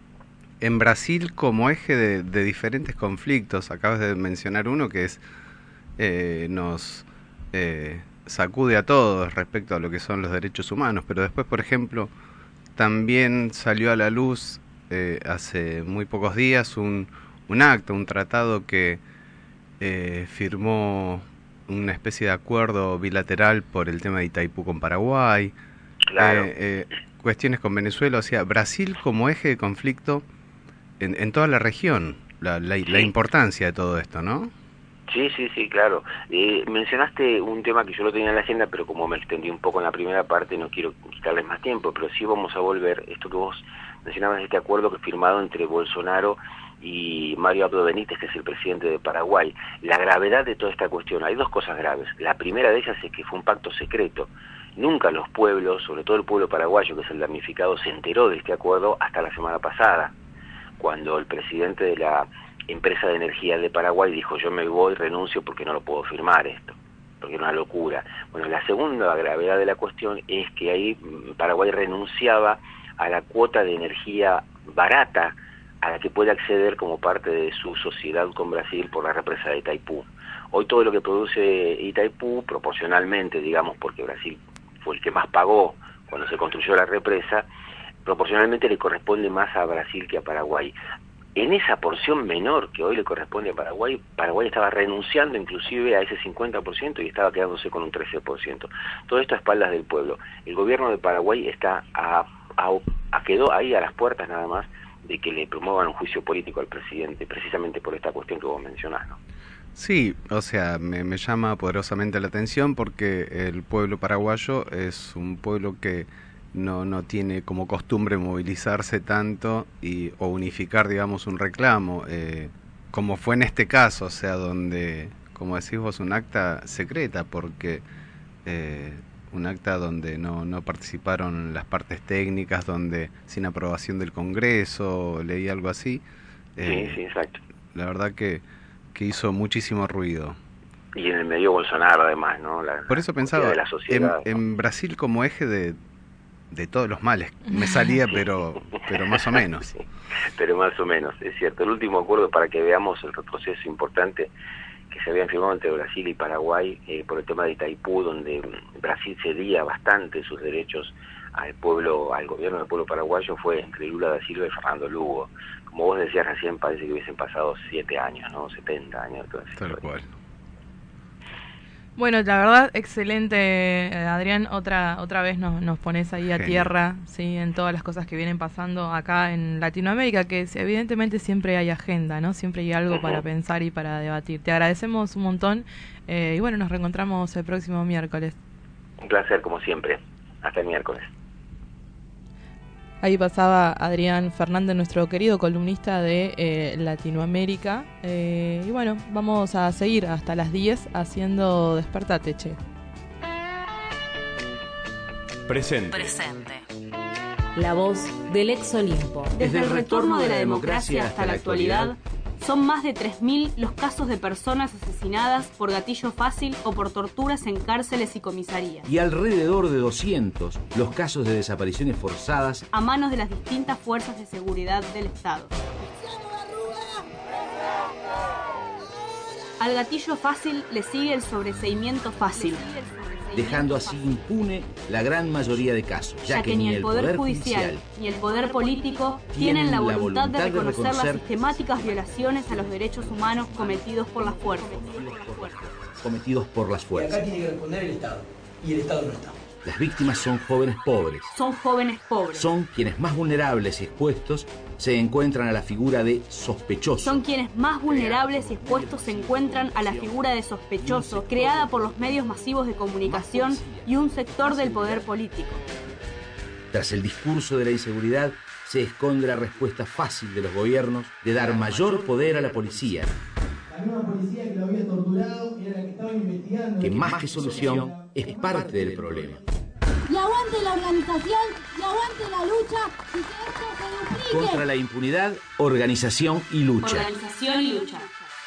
En Brasil, como eje de, de diferentes conflictos, acabas de mencionar uno que es eh, nos eh, sacude a todos respecto a lo que son los derechos humanos, pero después, por ejemplo, también salió a la luz eh, hace muy pocos días un, un acto, un tratado que eh, firmó una especie de acuerdo bilateral por el tema de Itaipú con Paraguay, claro. eh, eh, cuestiones con Venezuela, o sea, Brasil como eje de conflicto En, en toda la región, la, la, sí. la importancia de todo esto, ¿no? Sí, sí, sí, claro. Eh, mencionaste un tema que yo lo tenía en la agenda, pero como me extendí un poco en la primera parte, no quiero quitarles más tiempo, pero sí vamos a volver, esto que vos mencionabas, este acuerdo que firmado entre Bolsonaro y Mario Abdo Benítez, que es el presidente de Paraguay. La gravedad de toda esta cuestión, hay dos cosas graves. La primera de ellas es que fue un pacto secreto. Nunca los pueblos, sobre todo el pueblo paraguayo, que es el damnificado, se enteró de este acuerdo hasta la semana pasada, cuando el presidente de la empresa de energía de Paraguay dijo: yo me voy, renuncio porque no lo puedo firmar esto, porque es una locura. Bueno, la segunda gravedad de la cuestión es que ahí Paraguay renunciaba a la cuota de energía barata a la que puede acceder como parte de su sociedad con Brasil por la represa de Itaipú. Hoy todo lo que produce Itaipú, proporcionalmente, digamos, porque Brasil fue el que más pagó cuando se construyó la represa, proporcionalmente le corresponde más a Brasil que a Paraguay. En esa porción menor que hoy le corresponde a Paraguay, Paraguay estaba renunciando inclusive a ese cincuenta por ciento y estaba quedándose con un trece por ciento. Todo esto a espaldas del pueblo. El gobierno de Paraguay está a, a, a quedó ahí a las puertas nada más de que le promuevan un juicio político al presidente, precisamente por esta cuestión que vos mencionás, ¿no? Sí, o sea, me, me llama poderosamente la atención porque el pueblo paraguayo es un pueblo que no no tiene como costumbre movilizarse tanto y o unificar, digamos, un reclamo, eh, como fue en este caso, o sea, donde, como decís vos, un acta secreta, porque eh, un acta donde no, no participaron las partes técnicas, donde sin aprobación del Congreso, leí algo así. Eh, sí, sí, exacto. La verdad que, que hizo muchísimo ruido. Y en el medio Bolsonaro, además, ¿no? La, Por eso pensaba, de la sociedad, en, ¿no? en Brasil como eje de de todos los males. Me salía, pero pero más o menos. Sí, pero más o menos, es cierto. El último acuerdo, para que veamos el retroceso importante que se habían firmado entre Brasil y Paraguay eh, por el tema de Itaipú, donde Brasil cedía bastante sus derechos al pueblo, al gobierno del pueblo paraguayo, fue entre Lula da Silva y Fernando Lugo. Como vos decías recién, parece que hubiesen pasado siete años, ¿no? setenta años. Tal cual. Bueno, la verdad, excelente, Adrián. Otra otra vez nos, nos pones ahí a tierra, sí, en todas las cosas que vienen pasando acá en Latinoamérica, que evidentemente siempre hay agenda, ¿no? Siempre hay algo uh-huh. para pensar y para debatir. Te agradecemos un montón eh, y bueno, nos reencontramos el próximo miércoles. Un placer, como siempre. Hasta el miércoles. Ahí pasaba Adrián Fernández, nuestro querido columnista de eh, Latinoamérica. Eh, y bueno, vamos a seguir hasta las diez haciendo Despertate, che. Presente. Presente. La voz del ex Olimpo. Desde el retorno de la democracia hasta la actualidad, Son más de tres mil los casos de personas asesinadas por gatillo fácil o por torturas en cárceles y comisarías. Y alrededor de doscientos los casos de desapariciones forzadas a manos de las distintas fuerzas de seguridad del Estado. Al gatillo fácil le sigue el sobreseimiento fácil. dejando así impune la gran mayoría de casos, ya, ya que, que ni el Poder Judicial ni el Poder Político tienen la voluntad, voluntad de, reconocer de reconocer las sistemáticas violaciones a los derechos humanos cometidos por las fuerzas. Cometidos por las fuerzas. Y acá tiene que responder el Estado, y el Estado no está. Las víctimas son jóvenes pobres. Son jóvenes pobres. Son quienes más vulnerables y expuestos se encuentran a la figura de sospechoso. Son quienes más vulnerables y expuestos se encuentran a la figura de sospechoso, creada por los medios masivos de comunicación y un sector del poder político. Tras el discurso de la inseguridad, se esconde la respuesta fácil de los gobiernos de dar mayor poder a la policía. La misma policía que lo había torturado era la que estaba investigando. Que más que solución, es parte del problema. Y aguante la organización, y aguante la lucha, y que esto se duplique. Contra la impunidad, organización y lucha. Organización y lucha.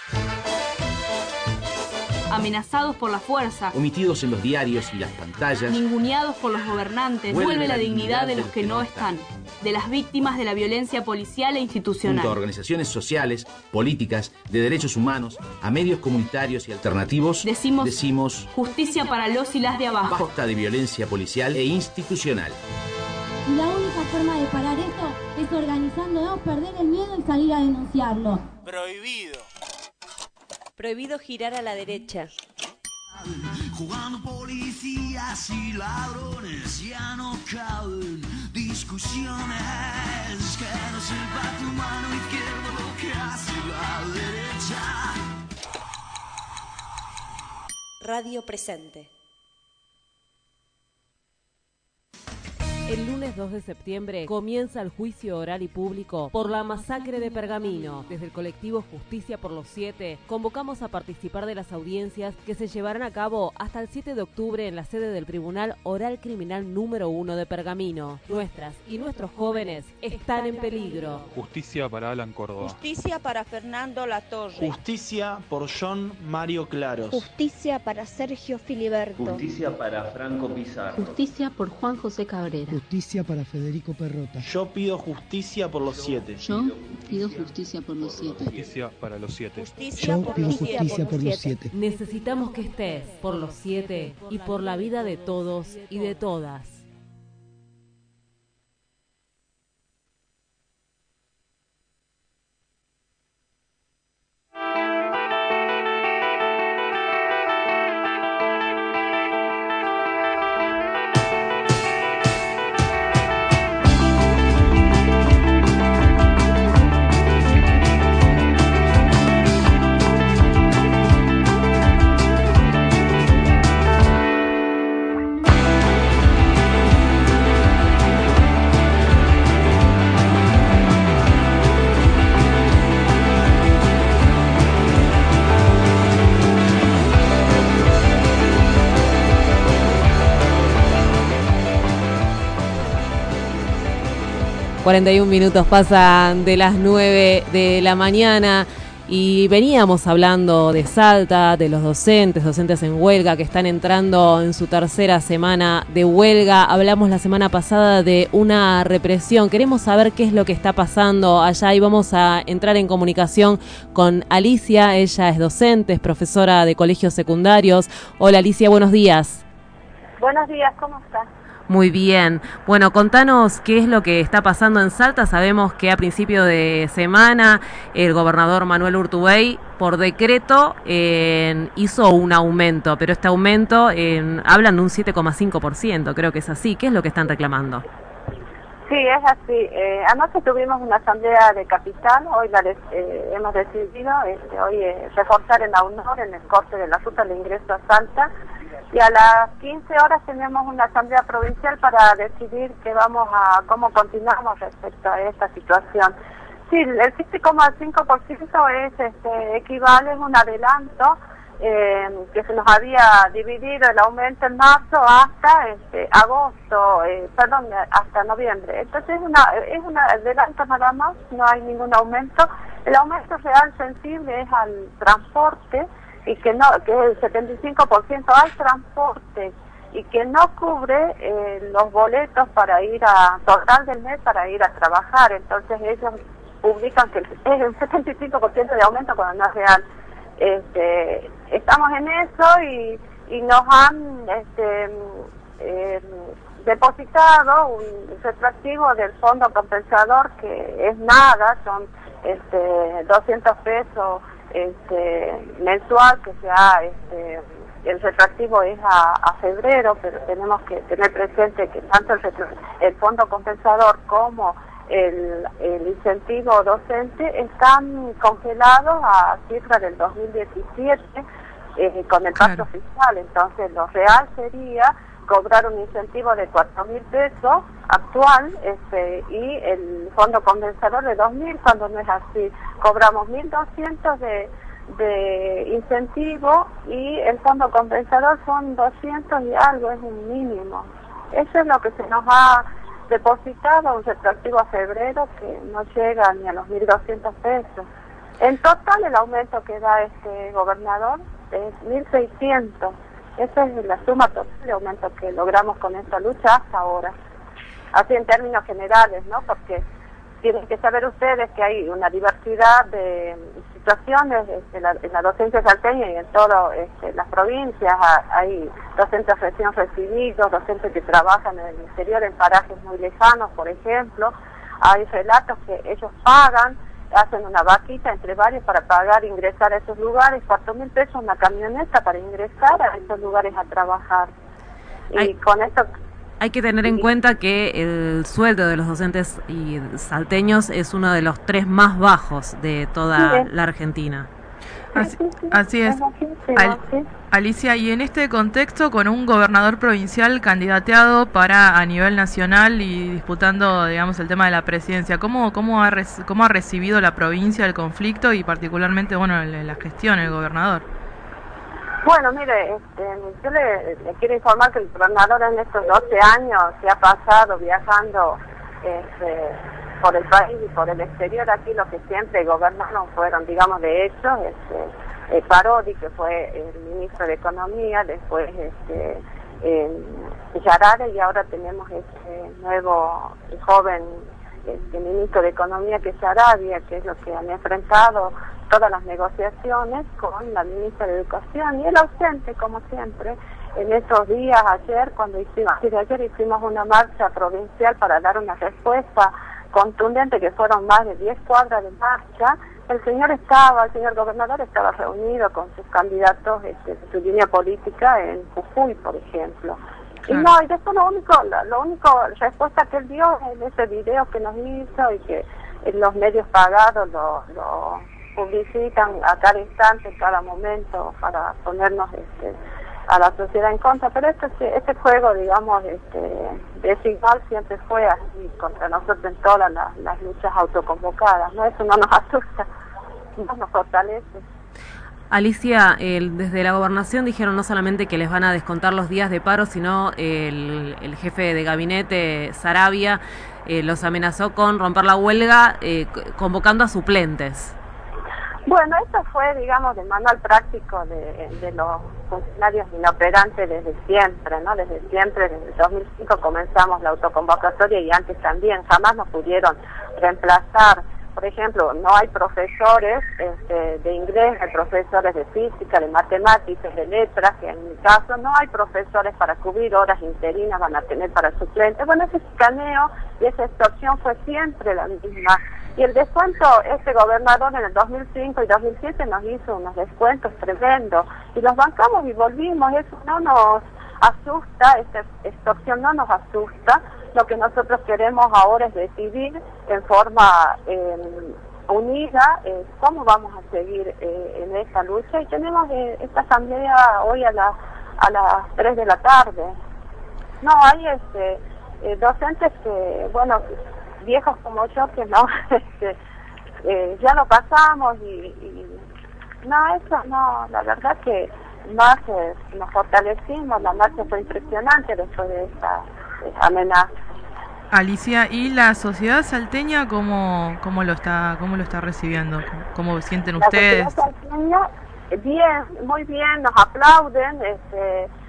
Amenazados por la fuerza, omitidos en los diarios y las pantallas, ninguneados por los gobernantes, vuelve, vuelve la dignidad de los que no están, de las víctimas de la violencia policial e institucional. Junto a organizaciones sociales, políticas, de derechos humanos, a medios comunitarios y alternativos, decimos, decimos justicia para los y las de abajo. Basta de violencia policial e institucional. Y la única forma de parar esto es organizándonos, perder el miedo y salir a denunciarlo. Prohibido. Prohibido girar a la derecha. Jugando policías y ladrones, ya no caben discusiones. Que no sepa tu mano izquierda lo que hace la derecha. Radio Presente. El lunes dos de septiembre comienza el juicio oral y público por la masacre de Pergamino. Desde el colectivo Justicia por los Siete convocamos a participar de las audiencias que se llevarán a cabo hasta el siete de octubre en la sede del Tribunal Oral Criminal número uno de Pergamino. Nuestras y nuestros jóvenes están en peligro. Justicia para Alan Córdoba. Justicia para Fernando Latorre. Justicia por John Mario Claros. Justicia para Sergio Filiberto. Justicia para Franco Pizarro. Justicia por Juan José Cabrera. Justicia para Federico Perrota. Yo pido justicia por los siete. Yo pido justicia por los siete. Justicia para los siete. Justicia Yo pido justicia por los siete. Necesitamos que estés por los siete y por la vida de todos y de todas. cuarenta y un minutos pasan de las nueve de la mañana y veníamos hablando de Salta, de los docentes, docentes en huelga que están entrando en su tercera semana de huelga. Hablamos la semana pasada de una represión. Queremos saber qué es lo que está pasando allá y vamos a entrar en comunicación con Alicia. Ella es docente, es profesora de colegios secundarios. Hola Alicia, buenos días. Buenos días, ¿cómo estás? Muy bien. Bueno, contanos qué es lo que está pasando en Salta. Sabemos que a principio de semana el gobernador Manuel Urtubey, por decreto, eh, hizo un aumento, pero este aumento, eh, hablan de un siete coma cinco por ciento, creo que es así. ¿Qué es lo que están reclamando? Sí, es así. Eh, anoche tuvimos una asamblea de capital, hoy la eh, hemos decidido este, hoy eh, reforzar en AUNOR, en el corte de la ruta de ingreso a Salta, y a las quince horas tenemos una asamblea provincial para decidir que vamos a cómo continuamos respecto a esta situación. Sí, el siete coma cinco por ciento es este, equivale a un adelanto eh, que se nos había dividido el aumento en marzo hasta este, agosto, eh, perdón, hasta noviembre. Entonces es una es un adelanto nada más, no hay ningún aumento. El aumento real sensible es al transporte, y que no que es el setenta y cinco por ciento al transporte y que no cubre eh, los boletos para ir a total del mes para ir a trabajar. Entonces ellos publican que es el setenta y cinco por ciento de aumento cuando no es real. Este, estamos en eso y, y nos han este, eh, depositado un retroactivo del fondo compensador que es nada, son este, doscientos pesos este, mensual, que sea este, el retroactivo es a, a febrero, pero tenemos que tener presente que tanto el, el fondo compensador como el, el incentivo docente están congelados a cifra del dos mil diecisiete eh, con el pacto Claro. fiscal. Entonces lo real sería cobrar un incentivo de cuatro mil pesos actual este, y el fondo compensador de dos mil, cuando no es así. Cobramos mil doscientos de, de incentivo y el fondo compensador son doscientos y algo, es un mínimo. Eso es lo que se nos ha depositado, un retroactivo a febrero que no llega ni a los mil doscientos pesos. En total el aumento que da este gobernador es mil seiscientos. Esa es la suma total de aumento que logramos con esta lucha hasta ahora. Así en términos generales, ¿no? Porque tienen que saber ustedes que hay una diversidad de situaciones este, la, en la docencia salteña y en todas este, las provincias. Hay docentes recién recibidos, docentes que trabajan en el interior en parajes muy lejanos, por ejemplo. Hay relatos que ellos pagan, hacen una vaquita entre varios para pagar e ingresar a esos lugares, cuatro mil pesos una camioneta para ingresar a esos lugares a trabajar. Y Hay- con esto... Hay que tener en cuenta que el sueldo de los docentes y salteños es uno de los tres más bajos de toda Sí. la Argentina. Así, así es. Al- Alicia, y en este contexto, con un gobernador provincial candidateado para a nivel nacional y disputando, digamos, el tema de la presidencia, ¿cómo, cómo, ha, reci- cómo ha recibido la provincia el conflicto y particularmente, bueno, la, la gestión, el gobernador? Bueno, mire, este, yo le, le quiero informar que el gobernador en estos doce años se ha pasado viajando este, por el país y por el exterior. Aquí lo que siempre gobernaron fueron, digamos, de hecho, este, eh, Parodi, que fue el ministro de Economía, después este, eh, Yarare, y ahora tenemos este nuevo joven este, ministro de Economía, que es Sarabia, que es lo que han enfrentado todas las negociaciones con la ministra de Educación, y el ausente, como siempre. En esos días, ayer, cuando hicimos, sí, de ayer hicimos una marcha provincial para dar una respuesta contundente, que fueron más de diez cuadras de marcha. El señor estaba, el señor gobernador estaba reunido con sus candidatos este, de su línea política en Jujuy, por ejemplo. Y no, y después lo único, la, lo único respuesta que él dio en ese video que nos hizo y que en los medios pagados lo, lo publicitan a cada instante, en cada momento, para ponernos este, a la sociedad en contra. Pero este, este juego, digamos, este, desigual siempre fue así contra nosotros en todas las, las luchas autoconvocadas, ¿no? Eso no nos asusta, no nos fortalece. Alicia, el, desde la gobernación dijeron no solamente que les van a descontar los días de paro, sino el, el jefe de gabinete, Sarabia, eh, los amenazó con romper la huelga eh, convocando a suplentes. Bueno, esto fue, digamos, del manual práctico de, de los funcionarios inoperantes desde siempre, ¿no? Desde siempre, desde el dos mil cinco comenzamos la autoconvocatoria y antes también, jamás nos pudieron reemplazar. Por ejemplo, no hay profesores este, de inglés, hay profesores de física, de matemáticas, de letras, que en mi caso no hay profesores para cubrir horas interinas, van a tener para suplentes. Bueno, ese escaneo y esa extorsión fue siempre la misma. Y el descuento, este gobernador en el dos mil cinco y dos mil siete nos hizo unos descuentos tremendos y los bancamos y volvimos. Eso no nos asusta, esta extorsión no nos asusta. Lo que nosotros queremos ahora es decidir en forma eh, unida eh, cómo vamos a seguir eh, en esta lucha, y tenemos eh, esta asamblea hoy a, la, a las tres de la tarde. No, hay este, eh, docentes que, bueno, viejos como yo, que no, este, eh, ya lo pasamos y, y no, eso no, la verdad que más eh, nos fortalecimos, la marcha fue impresionante después de esta eh, amenaza. Alicia, ¿y la sociedad salteña cómo, cómo lo está cómo lo está recibiendo? ¿Cómo sienten La ustedes? sociedad salteña, bien, muy bien, nos aplauden, este,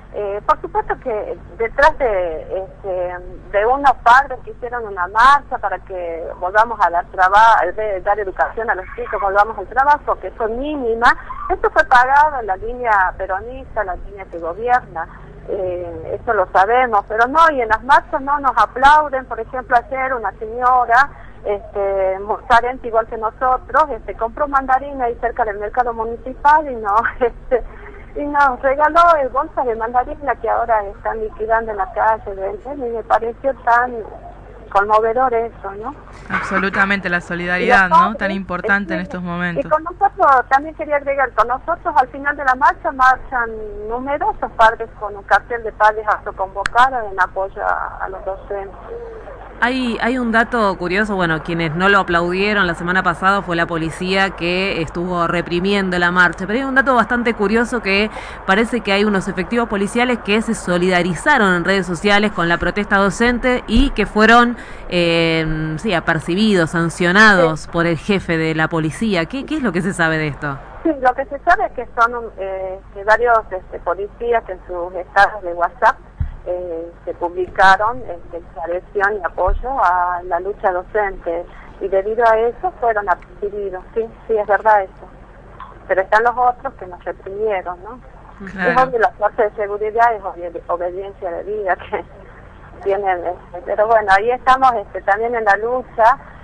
Eh, por supuesto que detrás de, este, de unos padres que hicieron una marcha para que volvamos a dar trabajo, de dar educación a los chicos, volvamos al trabajo, que fue mínima, esto fue pagado en la línea peronista, la línea que gobierna, eh, eso lo sabemos, pero no, y en las marchas no nos aplauden. Por ejemplo, ayer una señora, este, mozzarella igual que nosotros, este, compró mandarina ahí cerca del mercado municipal y no, este, y nos regaló el bolsa de mandarina que ahora están liquidando en la calle, ¿ves? Y me pareció tan conmovedor eso, ¿no? Absolutamente, la solidaridad, ¿no? Tan importante en estos momentos. Y con nosotros, también quería agregar, con nosotros al final de la marcha marchan numerosos padres con un cartel de padres autoconvocados en apoyo a, a los docentes. Hay, hay un dato curioso, bueno, quienes no lo aplaudieron la semana pasada fue la policía que estuvo reprimiendo la marcha, pero hay un dato bastante curioso que parece que hay unos efectivos policiales que se solidarizaron en redes sociales con la protesta docente y que fueron, eh, sí, apercibidos, sancionados sí. por el jefe de la policía. ¿Qué, qué es lo que se sabe de esto? Sí, lo que se sabe es que son eh, que varios este, policías que en sus estados de WhatsApp Eh, se publicaron este, declaración y apoyo a la lucha docente y debido a eso fueron apercibidos, sí, sí, es verdad eso, pero están los otros que nos reprimieron, ¿no? Claro. Es obvio, la fuerza de seguridad es obvi- obediencia de vida que tienen, este, pero bueno, ahí estamos este, también en la lucha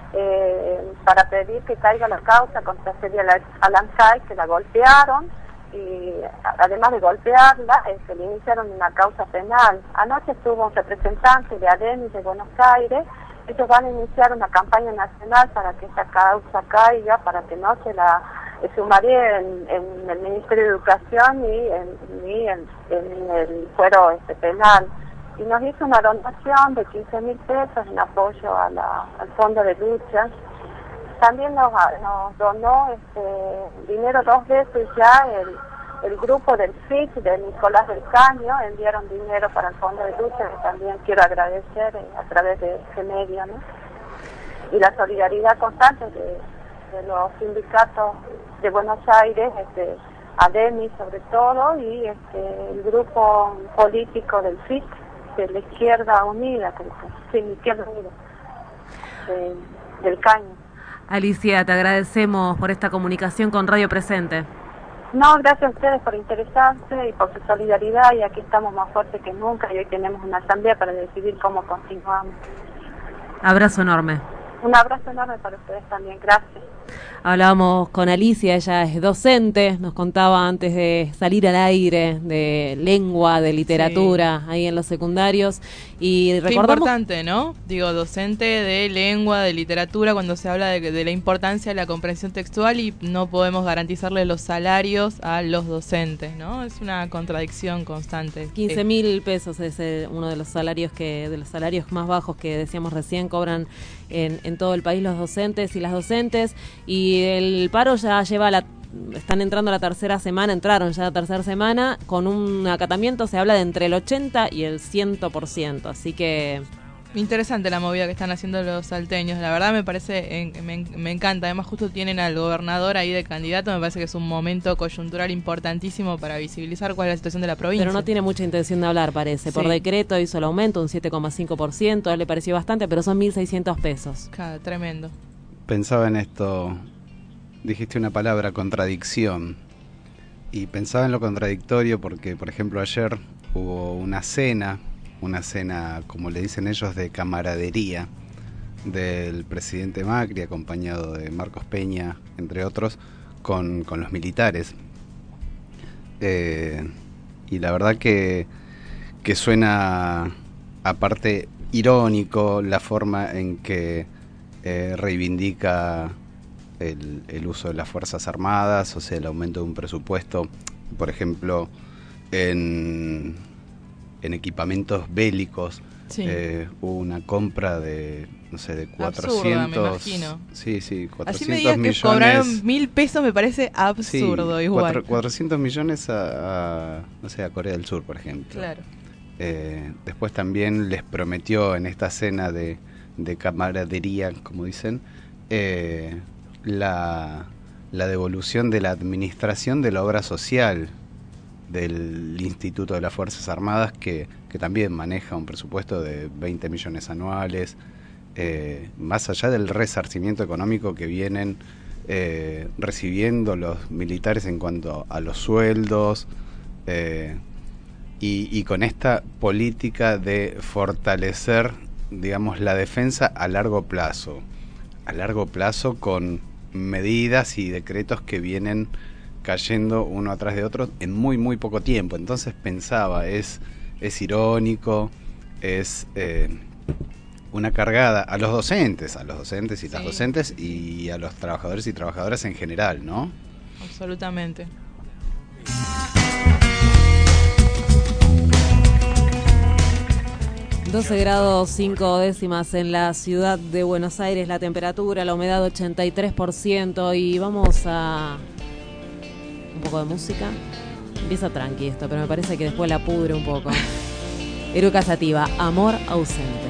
eh, para pedir que caiga la causa contra Celia Alancay, que la golpearon, y además de golpearla, este, le iniciaron una causa penal. Anoche estuvo un representante de ADEMIS de Buenos Aires. Ellos van a iniciar una campaña nacional para que esta causa caiga, para que no se la eh, sumaríe en, en el Ministerio de Educación ni en, ni en, en el fuero este, penal. Y nos hizo una donación de quince mil pesos en apoyo a la, al fondo de lucha. También nos, nos donó este, dinero dos veces ya el, el grupo del F I C de Nicolás del Caño, enviaron dinero para el fondo de lucha, que también quiero agradecer eh, a través de ese medio, ¿no? Y la solidaridad constante de, de los sindicatos de Buenos Aires, este, ADEMI sobre todo, y este, el grupo político del F I C, de la Izquierda Unida, que, sí, la Izquierda Unida, de, del Caño. Alicia, te agradecemos por esta comunicación con Radio Presente. No, gracias a ustedes por interesarse y por su solidaridad, y aquí estamos más fuertes que nunca y hoy tenemos una asamblea para decidir cómo continuamos. Abrazo enorme. Un abrazo enorme para ustedes también, gracias. Hablábamos con Alicia, ella es docente, nos contaba antes de salir al aire de lengua, de literatura, sí. ahí en los secundarios. Y recordamos... Qué importante, ¿no? Digo, docente de lengua, de literatura, cuando se habla de, de la importancia de la comprensión textual y no podemos garantizarle los salarios a los docentes, ¿no? Es una contradicción constante. quince mil pesos es el, uno de los salarios que de los salarios más bajos que decíamos recién cobran en, en todo el país los docentes y las docentes, y el paro ya lleva la están entrando a la tercera semana, entraron ya a la tercera semana, con un acatamiento se habla de entre el ochenta y el cien por ciento, así que... Interesante la movida que están haciendo los salteños, la verdad me parece, eh, me, me encanta, además justo tienen al gobernador ahí de candidato, me parece que es un momento coyuntural importantísimo para visibilizar cuál es la situación de la provincia. Pero no tiene mucha intención de hablar, parece, por sí. decreto hizo el aumento, un siete coma cinco por ciento, a él le pareció bastante, pero son mil seiscientos pesos. Claro, tremendo. Pensaba en esto, dijiste una palabra, contradicción, y pensaba en lo contradictorio porque, por ejemplo, ayer hubo una cena, una cena, como le dicen ellos, de camaradería del presidente Macri, acompañado de Marcos Peña, entre otros, con, con los militares. Eh, y la verdad que, que suena, aparte, irónico la forma en que eh, reivindica el, el uso de las Fuerzas Armadas, o sea, el aumento de un presupuesto, por ejemplo, en... en equipamientos bélicos, sí. eh, hubo una compra de, no sé, de cuatrocientos... Absurda, me imagino. Sí, sí, cuatrocientos Así me digas millones... que cobraron mil pesos me parece absurdo, sí, igual. Cuatro, cuatrocientos millones a, a, no sé, a Corea del Sur, por ejemplo. Claro. Eh, después también les prometió en esta cena de, de camaradería, como dicen, eh, la, la devolución de la administración de la obra social del Instituto de las Fuerzas Armadas, que, que también maneja un presupuesto de veinte millones anuales, eh, más allá del resarcimiento económico que vienen eh, recibiendo los militares en cuanto a los sueldos, eh, y, y con esta política de fortalecer, digamos, la defensa a largo plazo, a largo plazo con medidas y decretos que vienen cayendo uno atrás de otro en muy muy poco tiempo. Entonces pensaba, es, es irónico, es eh, una cargada a los docentes, a los docentes y sí. las docentes y a los trabajadores y trabajadoras en general, ¿no? Absolutamente. doce grados cinco décimas en la ciudad de Buenos Aires, la temperatura, la humedad ochenta y tres por ciento, y vamos a un poco de música. Empieza tranqui esto, pero me parece que después la pudre un poco. Eruca Sativa, Amor Ausente.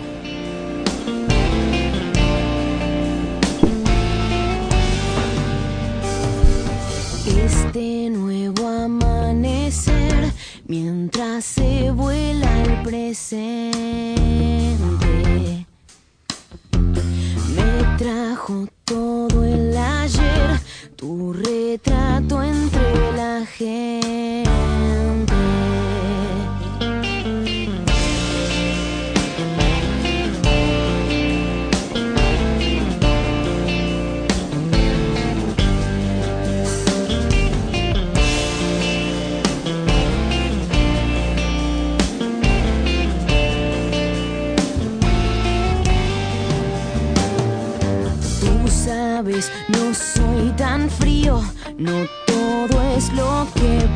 Este nuevo amanecer, mientras se vuela el presente, me trajo todo el ayer, tu retrato entre la gente. Sabes, no soy tan frío, no todo es lo que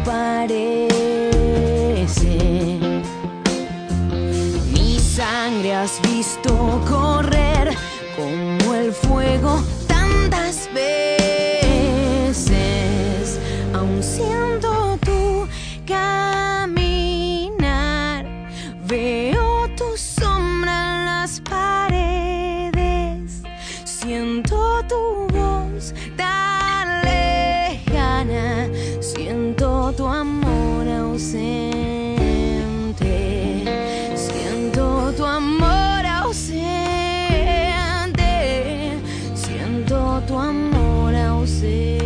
parece. Mi sangre has visto correr como el fuego tantas veces. Aún siento tu caminar, veo tu sombra en las paredes, siento tu voz tan lejana, siento tu amor ausente, siento tu amor ausente, siento tu amor ausente.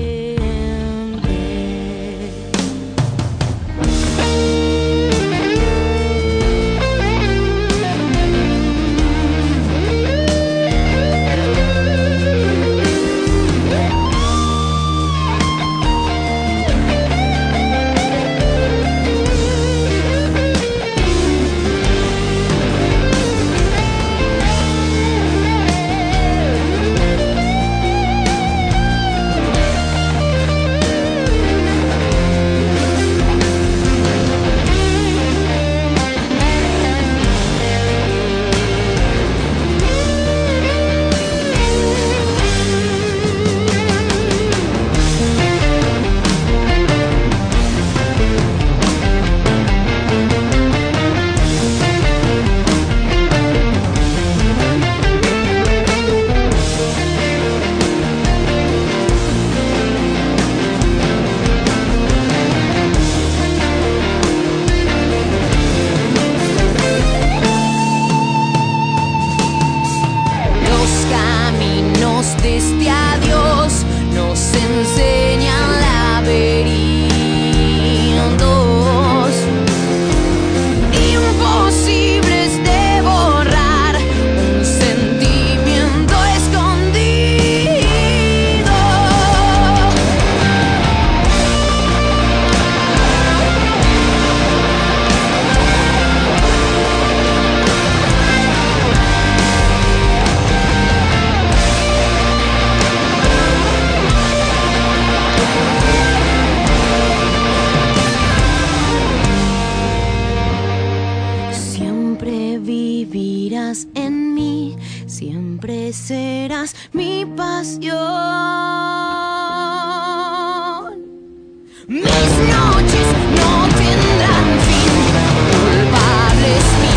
Desde adiós nos enseñan laberintos imposibles de borrar, un sentimiento escondido. Vivirás en mí, siempre serás mi pasión. Mis noches no tendrán fin, culpable es mi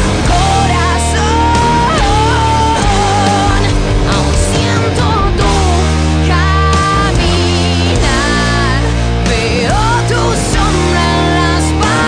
corazón. Aún siento tu caminar, veo tu sombra en las paredes.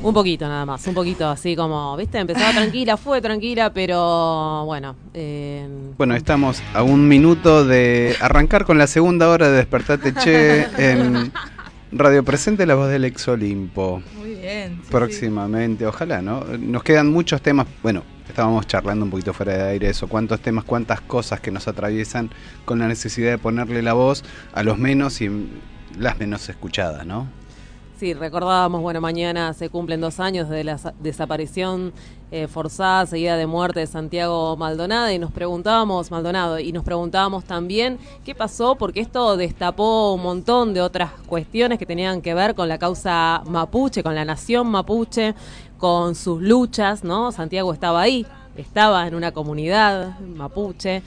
Un poquito nada más, un poquito así como, ¿viste? Empezaba tranquila, fue tranquila, pero bueno. Eh... Bueno, estamos a un minuto de arrancar con la segunda hora de Despertate Che en Radio Presente, la voz del ex Olimpo. Muy bien. Sí, próximamente, sí. Ojalá, ¿no? Nos quedan muchos temas, bueno, estábamos charlando un poquito fuera de aire eso, cuántos temas, cuántas cosas que nos atraviesan con la necesidad de ponerle la voz a los menos y las menos escuchadas, ¿no? Sí, recordábamos, bueno, mañana se cumplen dos años de la desaparición eh, forzada, seguida de muerte de Santiago Maldonado, y nos preguntábamos, Maldonado, y nos preguntábamos también qué pasó, porque esto destapó un montón de otras cuestiones que tenían que ver con la causa mapuche, con la nación mapuche, con sus luchas, ¿no? Santiago estaba ahí, estaba en una comunidad mapuche.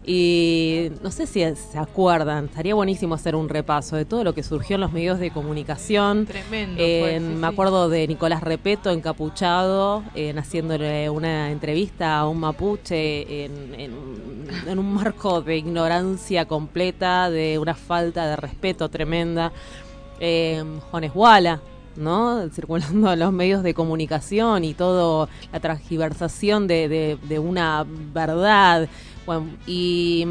Y no sé si se acuerdan, estaría buenísimo hacer un repaso de todo lo que surgió en los medios de comunicación. Tremendo. Eh, fue, sí, me sí. acuerdo de Nicolás Repeto encapuchado, eh, haciéndole una entrevista a un mapuche en, en, en un marco de ignorancia completa, de una falta de respeto tremenda. Eh, Jones Wala, ¿no? Circulando en los medios de comunicación y todo la transgiversación de, de, de una verdad. Bueno, y,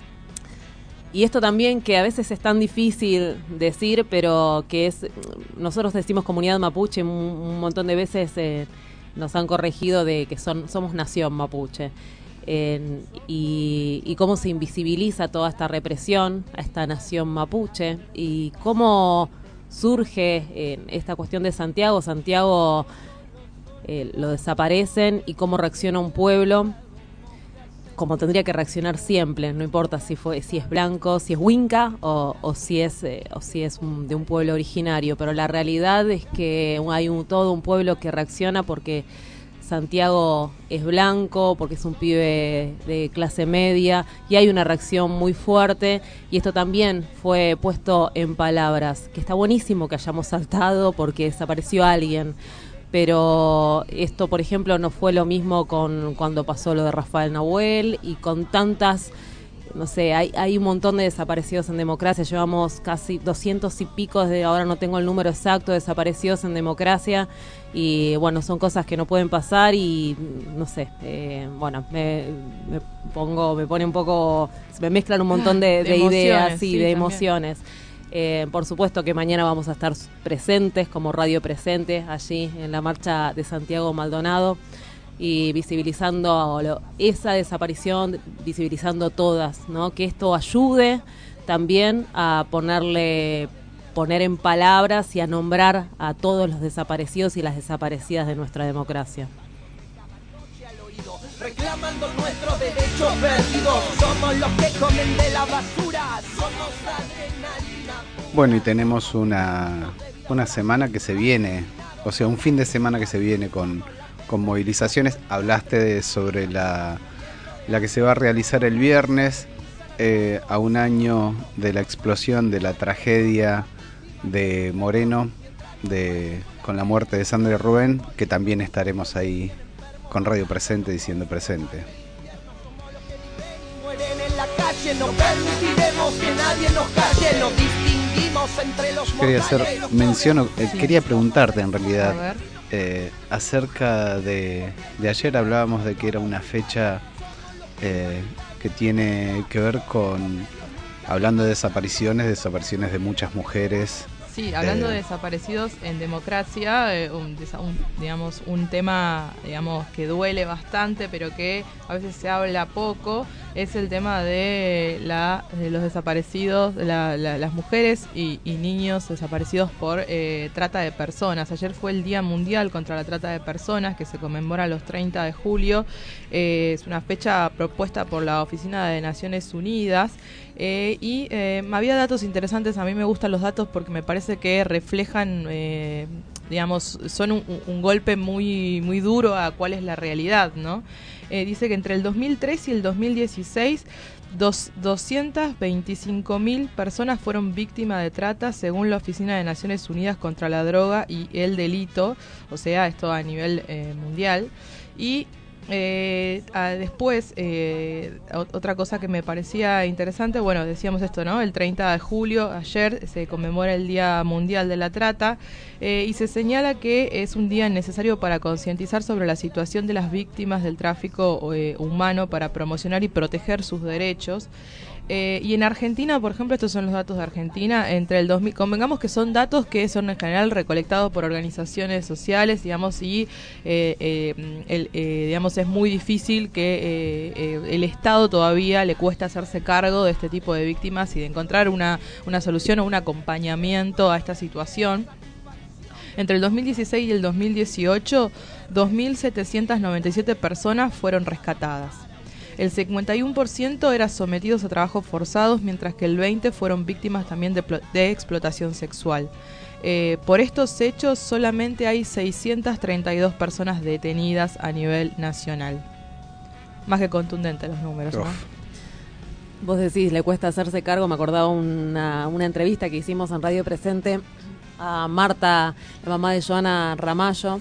y esto también que a veces es tan difícil decir, pero que es, nosotros decimos comunidad mapuche, un, un montón de veces eh, nos han corregido de que son somos nación mapuche. Eh, y, y cómo se invisibiliza toda esta represión a esta nación mapuche y cómo surge eh, esta cuestión de Santiago. Santiago eh, lo desaparecen y cómo reacciona un pueblo como tendría que reaccionar siempre, no importa si fue si es blanco, si es Winca o, o si es eh, o si es un, de un pueblo originario, pero la realidad es que hay un, todo un pueblo que reacciona porque Santiago es blanco, porque es un pibe de clase media y hay una reacción muy fuerte, y esto también fue puesto en palabras, que está buenísimo que hayamos saltado porque desapareció alguien. Pero esto, por ejemplo, no fue lo mismo con cuando pasó lo de Rafael Nahuel y con tantas, no sé, hay, hay un montón de desaparecidos en democracia. Llevamos casi doscientos y pico, de ahora no tengo el número exacto, de desaparecidos en democracia. Y bueno, son cosas que no pueden pasar y no sé, eh, bueno, me, me pongo, me pone un poco, se me mezclan un montón de, de, de ideas y sí, de también. emociones. Eh, por supuesto que mañana vamos a estar presentes como Radio Presente allí en la marcha de Santiago Maldonado y visibilizando lo, esa desaparición, visibilizando todas, ¿no? Que esto ayude también a ponerle poner en palabras y a nombrar a todos los desaparecidos y las desaparecidas de nuestra democracia. Reclamando nuestros derechos perdidos, somos los que comen de la basura, somos adrenalina. Bueno, y tenemos una, una semana que se viene, o sea, un fin de semana que se viene con, con movilizaciones. Hablaste de, sobre la, la que se va a realizar el viernes, eh, a un año de la explosión, de la tragedia de Moreno, de, con la muerte de Sandra y Rubén, que también estaremos ahí con Radio Presente diciendo presente. Mueren en la calle, no permitiremos que nadie nos calle, nos distinguimos entre los quería hacer mención, eh, Sí. quería preguntarte en A realidad ver. eh, acerca de, de ayer hablábamos de que era una fecha eh, que tiene que ver con, hablando de desapariciones, desapariciones de muchas mujeres. Sí, hablando Eh, de desaparecidos en democracia, eh, un, desa- un, digamos, un tema digamos que duele bastante, pero que a veces se habla poco, es el tema de, la, de los desaparecidos, de la, la, las mujeres y, y niños desaparecidos por eh, trata de personas. Ayer fue el Día Mundial contra la Trata de Personas, que se conmemora los treinta de julio. Eh, es una fecha propuesta por la Oficina de Naciones Unidas. Eh, y eh, había datos interesantes. A mí me gustan los datos porque me parece que reflejan, eh, digamos, son un, un golpe muy muy duro a cuál es la realidad, ¿no? Eh, dice que entre el dos mil tres y el dos mil dieciséis, dos, doscientas veinticinco mil personas fueron víctimas de trata, según la Oficina de Naciones Unidas contra la Droga y el Delito, o sea, esto a nivel eh, mundial. Y Eh, ah, después, eh, otra cosa que me parecía interesante, bueno, decíamos esto, ¿no? El treinta de julio, ayer, se conmemora el Día Mundial de la Trata eh, y se señala que es un día necesario para concientizar sobre la situación de las víctimas del tráfico eh, humano, para promocionar y proteger sus derechos. Eh, y en Argentina, por ejemplo, estos son los datos de Argentina, entre el dos mil, convengamos que son datos que son en general recolectados por organizaciones sociales, digamos, y eh, eh, el, eh, digamos es muy difícil que eh, eh, el Estado todavía le cuesta hacerse cargo de este tipo de víctimas y de encontrar una, una solución o un acompañamiento a esta situación. Entre el dos mil dieciséis y el dos mil dieciocho, dos mil setecientas noventa y siete personas fueron rescatadas. El cincuenta y uno por ciento eran sometidos a trabajos forzados, mientras que el veinte por ciento fueron víctimas también de, de explotación sexual. Eh, por estos hechos solamente hay seiscientas treinta y dos personas detenidas a nivel nacional. Más que contundentes los números, ¿no? Vos decís, le cuesta hacerse cargo. Me acordaba una, una entrevista que hicimos en Radio Presente a Marta, la mamá de Joana Ramallo,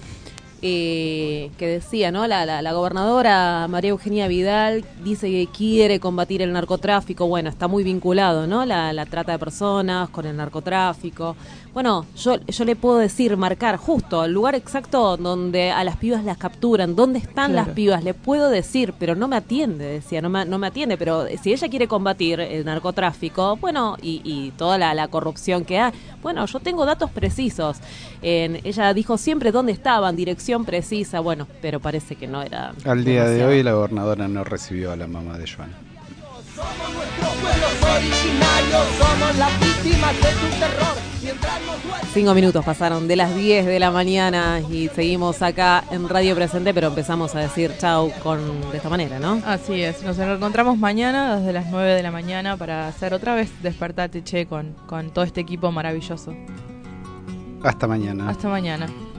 Eh, que decía, ¿no? La, la, la gobernadora María Eugenia Vidal dice que quiere combatir el narcotráfico. Bueno, está muy vinculado, ¿no? La, la trata de personas con el narcotráfico. Bueno, yo, yo le puedo decir, marcar justo el lugar exacto donde a las pibas las capturan, dónde están Claro. las pibas, le puedo decir, pero no me atiende, decía, no me, no me atiende, pero si ella quiere combatir el narcotráfico, bueno, y, y toda la, la corrupción que hay, bueno, yo tengo datos precisos. En, ella dijo siempre dónde estaban, dirección precisa, bueno, pero parece que no era. Al día demasiado. de hoy la gobernadora no recibió a la mamá de Joana. Somos nuestros pueblos originarios, somos las víctimas de tu terror. Mientras nos duele. Cinco minutos pasaron de las diez de la mañana y seguimos acá en Radio Presente, pero empezamos a decir chau con de esta manera, ¿no? Así es, nos encontramos mañana desde las nueve de la mañana para hacer otra vez Despertate Che con, con todo este equipo maravilloso. Hasta mañana. Hasta mañana.